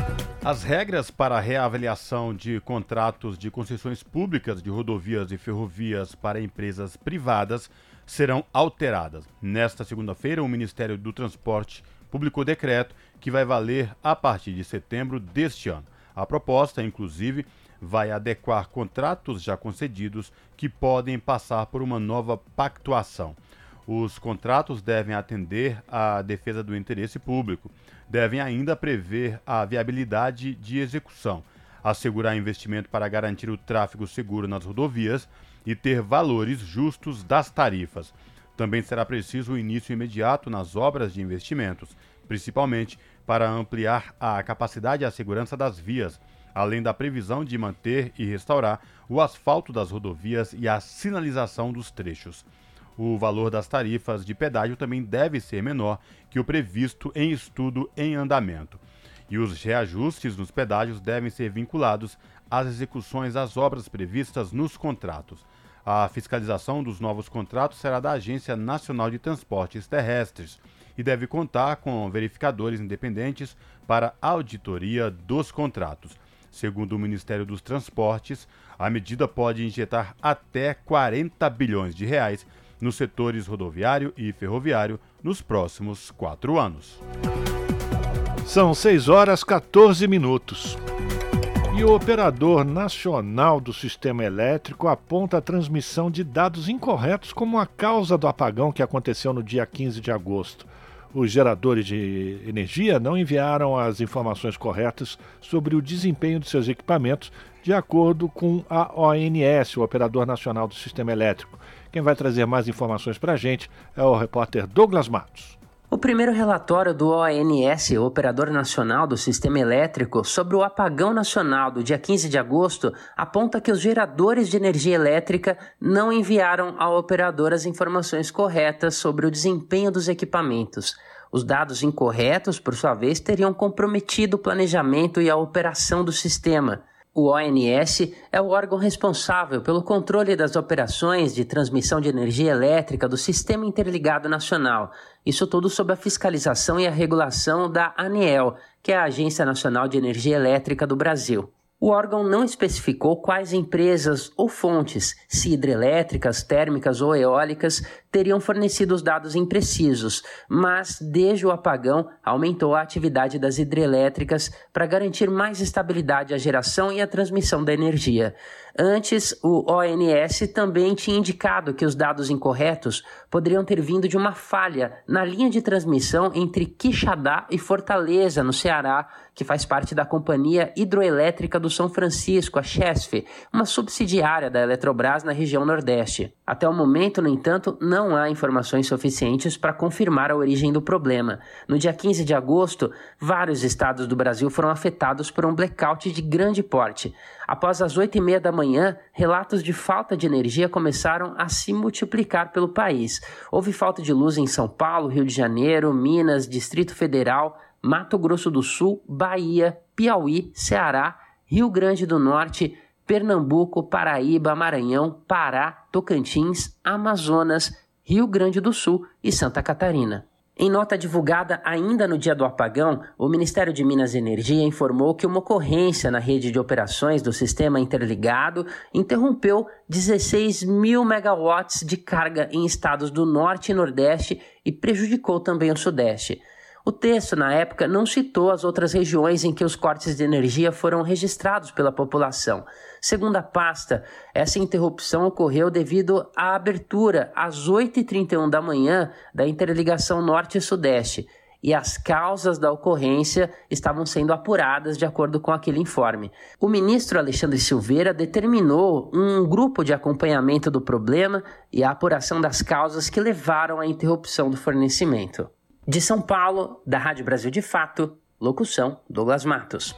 As regras para a reavaliação de contratos de concessões públicas de rodovias e ferrovias para empresas privadas serão alteradas. Nesta segunda-feira, o Ministério do Transporte publicou decreto que vai valer a partir de setembro deste ano. A proposta, inclusive, vai adequar contratos já concedidos que podem passar por uma nova pactuação. Os contratos devem atender à defesa do interesse público, devem ainda prever a viabilidade de execução, assegurar investimento para garantir o tráfego seguro nas rodovias e ter valores justos das tarifas. Também será preciso o início imediato nas obras de investimentos, principalmente para ampliar a capacidade e a segurança das vias, além da previsão de manter e restaurar o asfalto das rodovias e a sinalização dos trechos. O valor das tarifas de pedágio também deve ser menor que o previsto em estudo em andamento. E os reajustes nos pedágios devem ser vinculados às execuções das obras previstas nos contratos. A fiscalização dos novos contratos será da Agência Nacional de Transportes Terrestres e deve contar com verificadores independentes para auditoria dos contratos. Segundo o Ministério dos Transportes, a medida pode injetar até quarenta bilhões de reais nos setores rodoviário e ferroviário nos próximos quatro anos. São seis horas e quatorze minutos. E o operador nacional do sistema elétrico aponta a transmissão de dados incorretos como a causa do apagão que aconteceu no dia quinze de agosto. Os geradores de energia não enviaram as informações corretas sobre o desempenho de seus equipamentos, de acordo com a O N S, o Operador Nacional do Sistema Elétrico. Quem vai trazer mais informações para a gente é o repórter Douglas Matos. O primeiro relatório do O N S, o Operador Nacional do Sistema Elétrico, sobre o apagão nacional do dia quinze de agosto, aponta que os geradores de energia elétrica não enviaram ao operador as informações corretas sobre o desempenho dos equipamentos. Os dados incorretos, por sua vez, teriam comprometido o planejamento e a operação do sistema. O O N S é o órgão responsável pelo controle das operações de transmissão de energia elétrica do Sistema Interligado Nacional. Isso tudo sob a fiscalização e a regulação da ANEEL, que é a Agência Nacional de Energia Elétrica do Brasil. O órgão não especificou quais empresas ou fontes, se hidrelétricas, térmicas ou eólicas, teriam fornecido os dados imprecisos, mas desde o apagão aumentou a atividade das hidrelétricas para garantir mais estabilidade à geração e à transmissão da energia. Antes, o O N S também tinha indicado que os dados incorretos poderiam ter vindo de uma falha na linha de transmissão entre Quixadá e Fortaleza, no Ceará, que faz parte da Companhia Hidroelétrica do São Francisco, a Chesf, uma subsidiária da Eletrobras na região Nordeste. Até o momento, no entanto, não há informações suficientes para confirmar a origem do problema. No dia quinze de agosto, vários estados do Brasil foram afetados por um blackout de grande porte. Após as oito e meia da manhã, relatos de falta de energia começaram a se multiplicar pelo país. Houve falta de luz em São Paulo, Rio de Janeiro, Minas, Distrito Federal, Mato Grosso do Sul, Bahia, Piauí, Ceará, Rio Grande do Norte, Pernambuco, Paraíba, Maranhão, Pará, Tocantins, Amazonas, Rio Grande do Sul e Santa Catarina. Em nota divulgada ainda no dia do apagão, o Ministério de Minas e Energia informou que uma ocorrência na rede de operações do sistema interligado interrompeu dezesseis mil megawatts de carga em estados do Norte e Nordeste e prejudicou também o Sudeste. O texto, na época, não citou as outras regiões em que os cortes de energia foram registrados pela população. Segundo a pasta, essa interrupção ocorreu devido à abertura às oito e trinta e um da manhã da interligação Norte e Sudeste, e as causas da ocorrência estavam sendo apuradas de acordo com aquele informe. O ministro Alexandre Silveira determinou um grupo de acompanhamento do problema e a apuração das causas que levaram à interrupção do fornecimento. De São Paulo, da Rádio Brasil de Fato, locução Douglas Matos.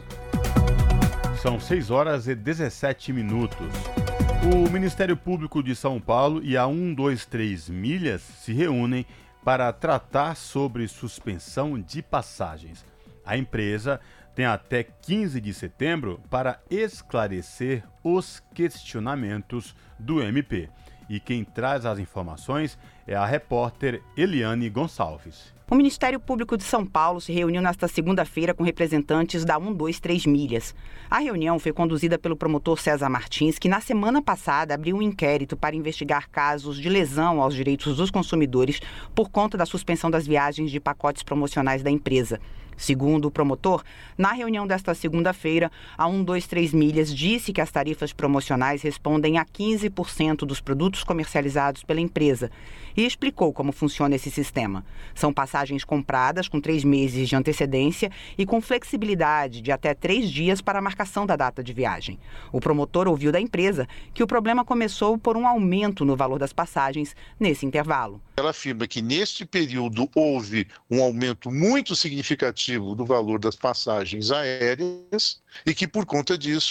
São seis horas e dezessete minutos. O Ministério Público de São Paulo e a cento e vinte e três Milhas se reúnem para tratar sobre suspensão de passagens. A empresa tem até quinze de setembro para esclarecer os questionamentos do M P. E quem traz as informações é a repórter Eliane Gonçalves. O Ministério Público de São Paulo se reuniu nesta segunda-feira com representantes da cento e vinte e três Milhas. A reunião foi conduzida pelo promotor César Martins, que na semana passada abriu um inquérito para investigar casos de lesão aos direitos dos consumidores por conta da suspensão das viagens de pacotes promocionais da empresa. Segundo o promotor, na reunião desta segunda-feira, a cento e vinte e três Milhas disse que as tarifas promocionais respondem a quinze por cento dos produtos comercializados pela empresa e explicou como funciona esse sistema. São passagens compradas com três meses de antecedência e com flexibilidade de até três dias para a marcação da data de viagem. O promotor ouviu da empresa que o problema começou por um aumento no valor das passagens nesse intervalo. Ela afirma que neste período houve um aumento muito significativo do valor das passagens aéreas e que, por conta disso,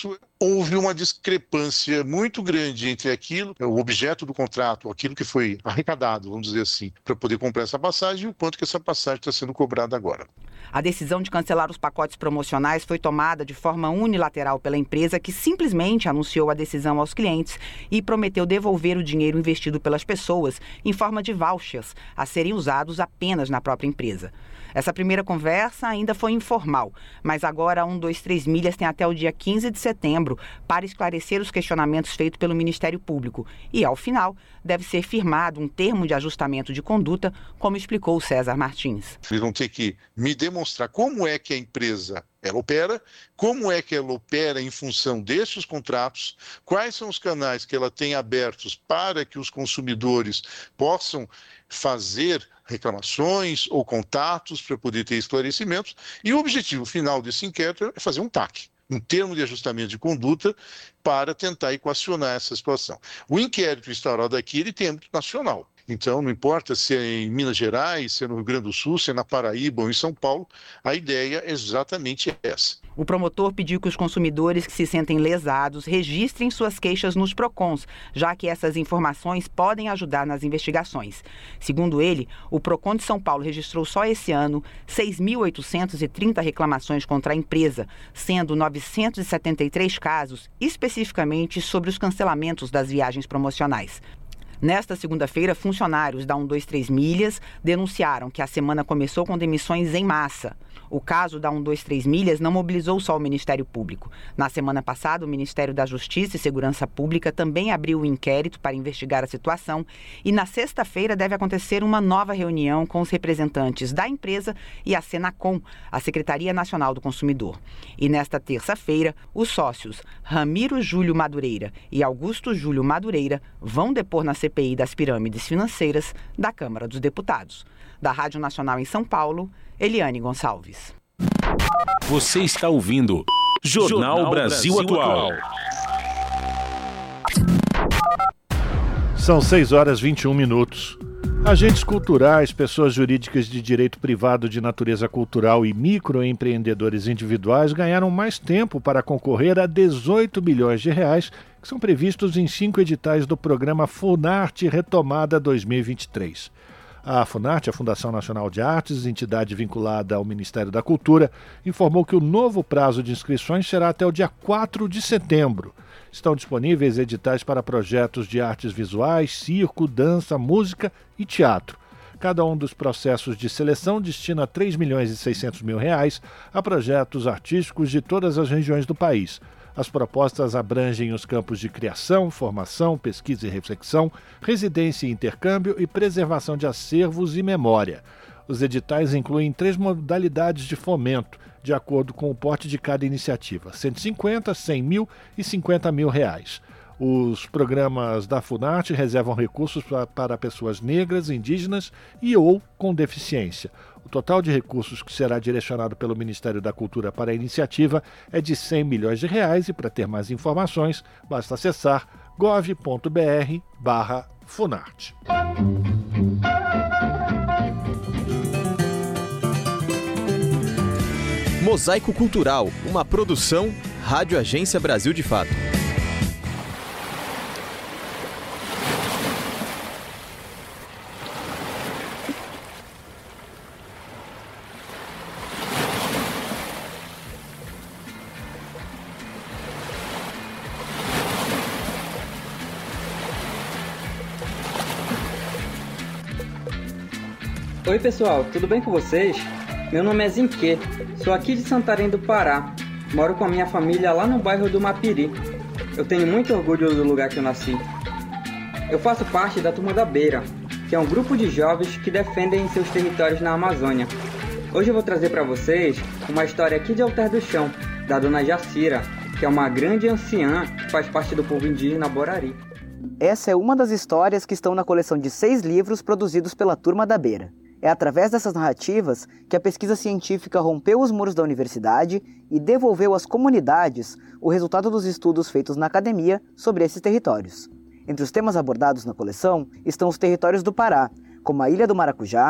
houve uma discrepância muito grande entre aquilo, o objeto do contrato, aquilo que foi arrecadado, vamos dizer assim, para poder comprar essa passagem e o quanto que essa passagem está sendo cobrada agora. A decisão de cancelar os pacotes promocionais foi tomada de forma unilateral pela empresa, que simplesmente anunciou a decisão aos clientes e prometeu devolver o dinheiro investido pelas pessoas em forma de vouchers a serem usados apenas na própria empresa. Essa primeira conversa ainda foi informal, mas agora a um dois três Milhas tem até o dia quinze de setembro para esclarecer os questionamentos feitos pelo Ministério Público e, ao final, deve ser firmado um termo de ajustamento de conduta, como explicou César Martins. Eles vão ter que me demonstrar como é que a empresa ela opera, como é que ela opera em função destes contratos, quais são os canais que ela tem abertos para que os consumidores possam fazer reclamações ou contatos para poder ter esclarecimentos, e o objetivo final desse inquérito é fazer um T A C, um termo de ajustamento de conduta, para tentar equacionar essa situação. O inquérito instaurado aqui, ele tem âmbito nacional. Então, não importa se é em Minas Gerais, se é no Rio Grande do Sul, se é na Paraíba ou em São Paulo, a ideia é exatamente essa. O promotor pediu que os consumidores que se sentem lesados registrem suas queixas nos PROCONs, já que essas informações podem ajudar nas investigações. Segundo ele, o PROCON de São Paulo registrou só esse ano seis mil oitocentas e trinta reclamações contra a empresa, sendo novecentos e setenta e três casos especificamente sobre os cancelamentos das viagens promocionais. Nesta segunda-feira, funcionários da um dois três Milhas denunciaram que a semana começou com demissões em massa. O caso da um dois três Milhas não mobilizou só o Ministério Público. Na semana passada, o Ministério da Justiça e Segurança Pública também abriu um inquérito para investigar a situação e na sexta-feira deve acontecer uma nova reunião com os representantes da empresa e a Senacom, a Secretaria Nacional do Consumidor. E nesta terça-feira, os sócios Ramiro Júlio Madureira e Augusto Júlio Madureira vão depor na C P I das pirâmides financeiras da Câmara dos Deputados. Da Rádio Nacional em São Paulo, Eliane Gonçalves. Você está ouvindo Jornal, Jornal Brasil, Brasil Atual. São seis horas e vinte e um minutos. Agentes culturais, pessoas jurídicas de direito privado de natureza cultural e microempreendedores individuais ganharam mais tempo para concorrer a dezoito bilhões de reais que são previstos em cinco editais do programa Funarte Retomada dois mil e vinte e três. A Funarte, a Fundação Nacional de Artes, entidade vinculada ao Ministério da Cultura, informou que o novo prazo de inscrições será até o dia quatro de setembro. Estão disponíveis editais para projetos de artes visuais, circo, dança, música e teatro. Cada um dos processos de seleção destina três milhões e seiscentos mil reais a projetos artísticos de todas as regiões do país. As propostas abrangem os campos de criação, formação, pesquisa e reflexão, residência e intercâmbio e preservação de acervos e memória. Os editais incluem três modalidades de fomento, de acordo com o porte de cada iniciativa: cento e cinquenta, cem mil e cinquenta mil reais. Os programas da Funarte reservam recursos para pessoas negras, indígenas e ou com deficiência. O total de recursos que será direcionado pelo Ministério da Cultura para a iniciativa é de cem milhões de reais e, para ter mais informações, basta acessar gov ponto br barra Funarte. Mosaico Cultural, uma produção Rádio Agência Brasil de Fato. Oi pessoal, tudo bem com vocês? Meu nome é Zinquê, sou aqui de Santarém do Pará, moro com a minha família lá no bairro do Mapiri. Eu tenho muito orgulho do lugar que eu nasci. Eu faço parte da Turma da Beira, que é um grupo de jovens que defendem seus territórios na Amazônia. Hoje eu vou trazer para vocês uma história aqui de Alter do Chão, da dona Jacira, que é uma grande anciã que faz parte do povo indígena Borari. Essa é uma das histórias que estão na coleção de seis livros produzidos pela Turma da Beira. É através dessas narrativas que a pesquisa científica rompeu os muros da universidade e devolveu às comunidades o resultado dos estudos feitos na academia sobre esses territórios. Entre os temas abordados na coleção estão os territórios do Pará, como a Ilha do Maracujá,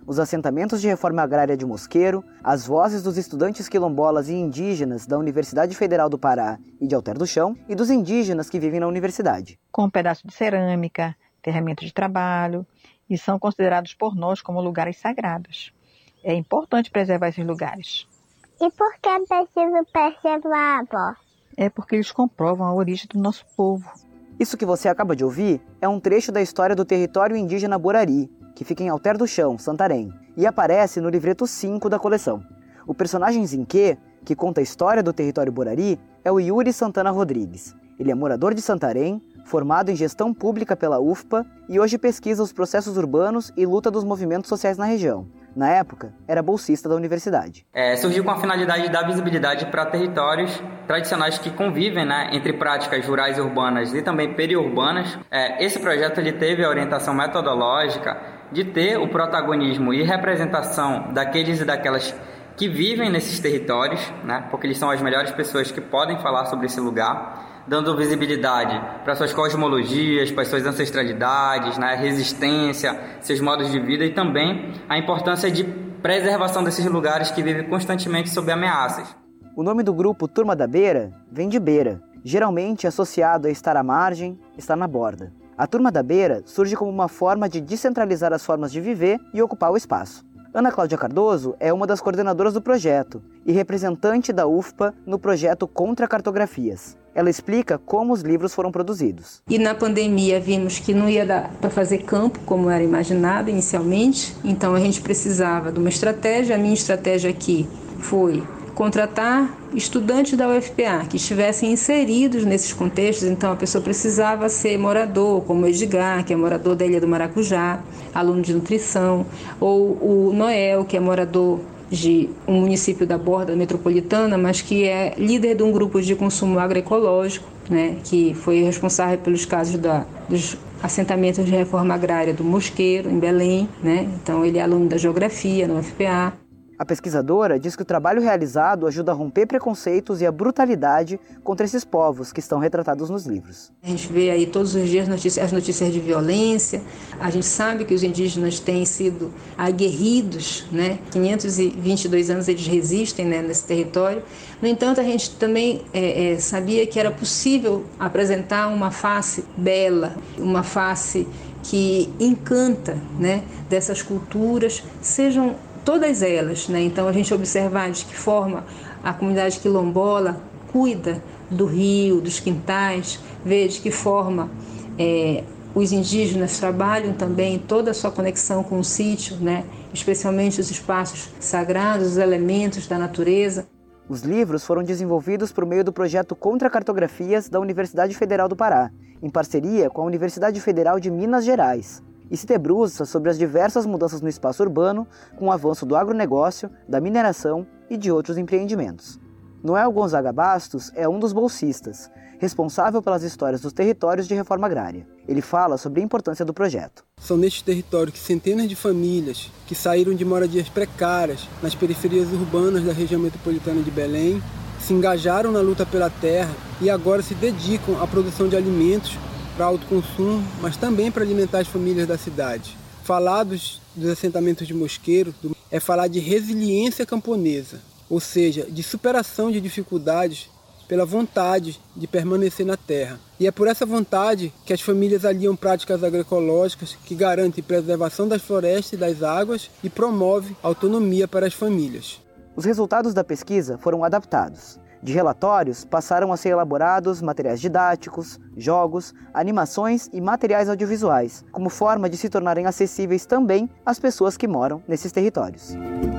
os assentamentos de reforma agrária de Mosqueiro, as vozes dos estudantes quilombolas e indígenas da Universidade Federal do Pará e de Alter do Chão e dos indígenas que vivem na universidade. Com um pedaço de cerâmica, ferramenta de trabalho, e são considerados por nós como lugares sagrados. É importante preservar esses lugares. E por que é preciso preservar, avó? É porque eles comprovam a origem do nosso povo. Isso que você acaba de ouvir é um trecho da história do território indígena Borari, que fica em Alter do Chão, Santarém, e aparece no livreto cinco da coleção. O personagem Zinquê, que conta a história do território Borari, é o Yuri Santana Rodrigues. Ele é morador de Santarém, formado em gestão pública pela U F P A e hoje pesquisa os processos urbanos e luta dos movimentos sociais na região. Na época, era bolsista da universidade. É, surgiu com a finalidade de dar visibilidade para territórios tradicionais que convivem, né, entre práticas rurais e urbanas e também periurbanas. É, esse projeto ele teve a orientação metodológica de ter o protagonismo e representação daqueles e daquelas que vivem nesses territórios, né, porque eles são as melhores pessoas que podem falar sobre esse lugar, dando visibilidade para suas cosmologias, para suas ancestralidades, né, resistência, seus modos de vida e também a importância de preservação desses lugares que vivem constantemente sob ameaças. O nome do grupo Turma da Beira vem de beira, geralmente associado a estar à margem, estar na borda. A Turma da Beira surge como uma forma de descentralizar as formas de viver e ocupar o espaço. Ana Cláudia Cardoso é uma das coordenadoras do projeto e representante da U F P A no projeto Contra Cartografias. Ela explica como os livros foram produzidos. E na pandemia vimos que não ia dar para fazer campo como era imaginado inicialmente, então a gente precisava de uma estratégia. A minha estratégia aqui foi contratar estudantes da U F P A que estivessem inseridos nesses contextos. Então a pessoa precisava ser morador, como o Edgar, que é morador da Ilha do Maracujá, aluno de nutrição, ou o Noel, que é morador de um município da borda metropolitana, mas que é líder de um grupo de consumo agroecológico, né, que foi responsável pelos casos da, dos assentamentos de reforma agrária do Mosqueiro, em Belém, né? Então ele é aluno da geografia na U F P A. A pesquisadora diz que o trabalho realizado ajuda a romper preconceitos e a brutalidade contra esses povos que estão retratados nos livros. A gente vê aí todos os dias notícias, as notícias de violência. A gente sabe que os indígenas têm sido aguerridos, né? quinhentos e vinte e dois anos eles resistem, né, nesse território. No entanto, a gente também é, é, sabia que era possível apresentar uma face bela, uma face que encanta, né, dessas culturas, sejam todas elas, né? Então a gente observar de que forma a comunidade quilombola cuida do rio, dos quintais, ver de que forma é, os indígenas trabalham também toda a sua conexão com o sítio, né? Especialmente os espaços sagrados, os elementos da natureza. Os livros foram desenvolvidos por meio do projeto Contra Cartografias da Universidade Federal do Pará, em parceria com a Universidade Federal de Minas Gerais, e se debruça sobre as diversas mudanças no espaço urbano com o avanço do agronegócio, da mineração e de outros empreendimentos. Noel Gonzaga Bastos é um dos bolsistas, responsável pelas histórias dos territórios de reforma agrária. Ele fala sobre a importância do projeto. São nestes territórios que centenas de famílias que saíram de moradias precárias nas periferias urbanas da região metropolitana de Belém se engajaram na luta pela terra e agora se dedicam à produção de alimentos para autoconsumo, mas também para alimentar as famílias da cidade. Falar dos, dos assentamentos de Mosqueiro é falar de resiliência camponesa, ou seja, de superação de dificuldades pela vontade de permanecer na terra. E é por essa vontade que as famílias aliam práticas agroecológicas que garantem preservação das florestas e das águas e promove autonomia para as famílias. Os resultados da pesquisa foram adaptados. De relatórios, passaram a ser elaborados materiais didáticos, jogos, animações e materiais audiovisuais, como forma de se tornarem acessíveis também às pessoas que moram nesses territórios.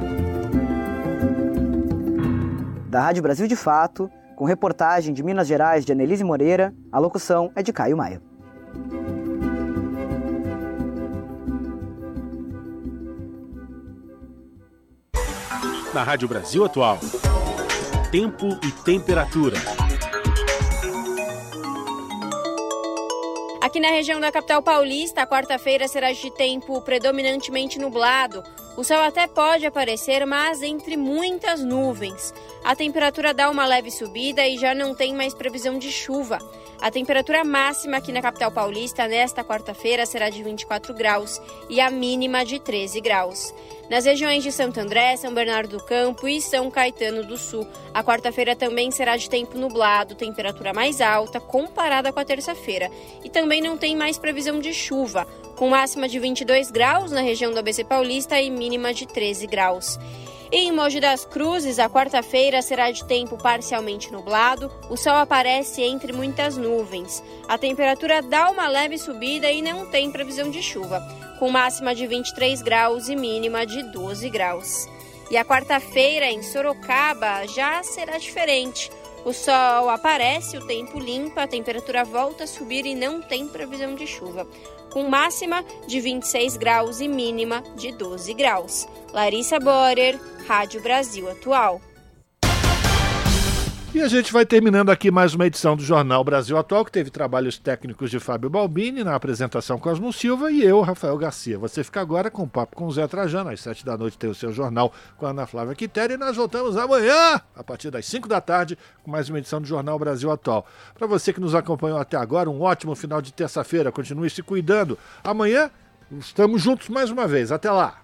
Da Rádio Brasil de Fato, com reportagem de Minas Gerais de Annelise Moreira, a locução é de Caio Maia. Na Rádio Brasil Atual, tempo e temperatura. Aqui na região da capital paulista, a quarta-feira será de tempo predominantemente nublado. O sol até pode aparecer, mas entre muitas nuvens. A temperatura dá uma leve subida e já não tem mais previsão de chuva. A temperatura máxima aqui na capital paulista nesta quarta-feira será de vinte e quatro graus e a mínima de treze graus. Nas regiões de Santo André, São Bernardo do Campo e São Caetano do Sul, a quarta-feira também será de tempo nublado, temperatura mais alta comparada com a terça-feira. E também não tem mais previsão de chuva, com máxima de vinte e dois graus na região do A B C Paulista e mínima de treze graus. Em Mogi das Cruzes, a quarta-feira será de tempo parcialmente nublado, o sol aparece entre muitas nuvens. A temperatura dá uma leve subida e não tem previsão de chuva, com máxima de vinte e três graus e mínima de doze graus. E a quarta-feira em Sorocaba já será diferente. O sol aparece, o tempo limpa, a temperatura volta a subir e não tem previsão de chuva, com máxima de vinte e seis graus e mínima de doze graus. Larissa Borer, Rádio Brasil Atual. E a gente vai terminando aqui mais uma edição do Jornal Brasil Atual, que teve trabalhos técnicos de Fábio Balbini, na apresentação Cosmo Silva e eu, Rafael Garcia. Você fica agora com o Papo com o Zé Trajano. Às sete da noite tem o seu jornal com a Ana Flávia Quitéria e nós voltamos amanhã, a partir das cinco da tarde, com mais uma edição do Jornal Brasil Atual. Para você que nos acompanhou até agora, um ótimo final de terça-feira. Continue se cuidando. Amanhã estamos juntos mais uma vez. Até lá.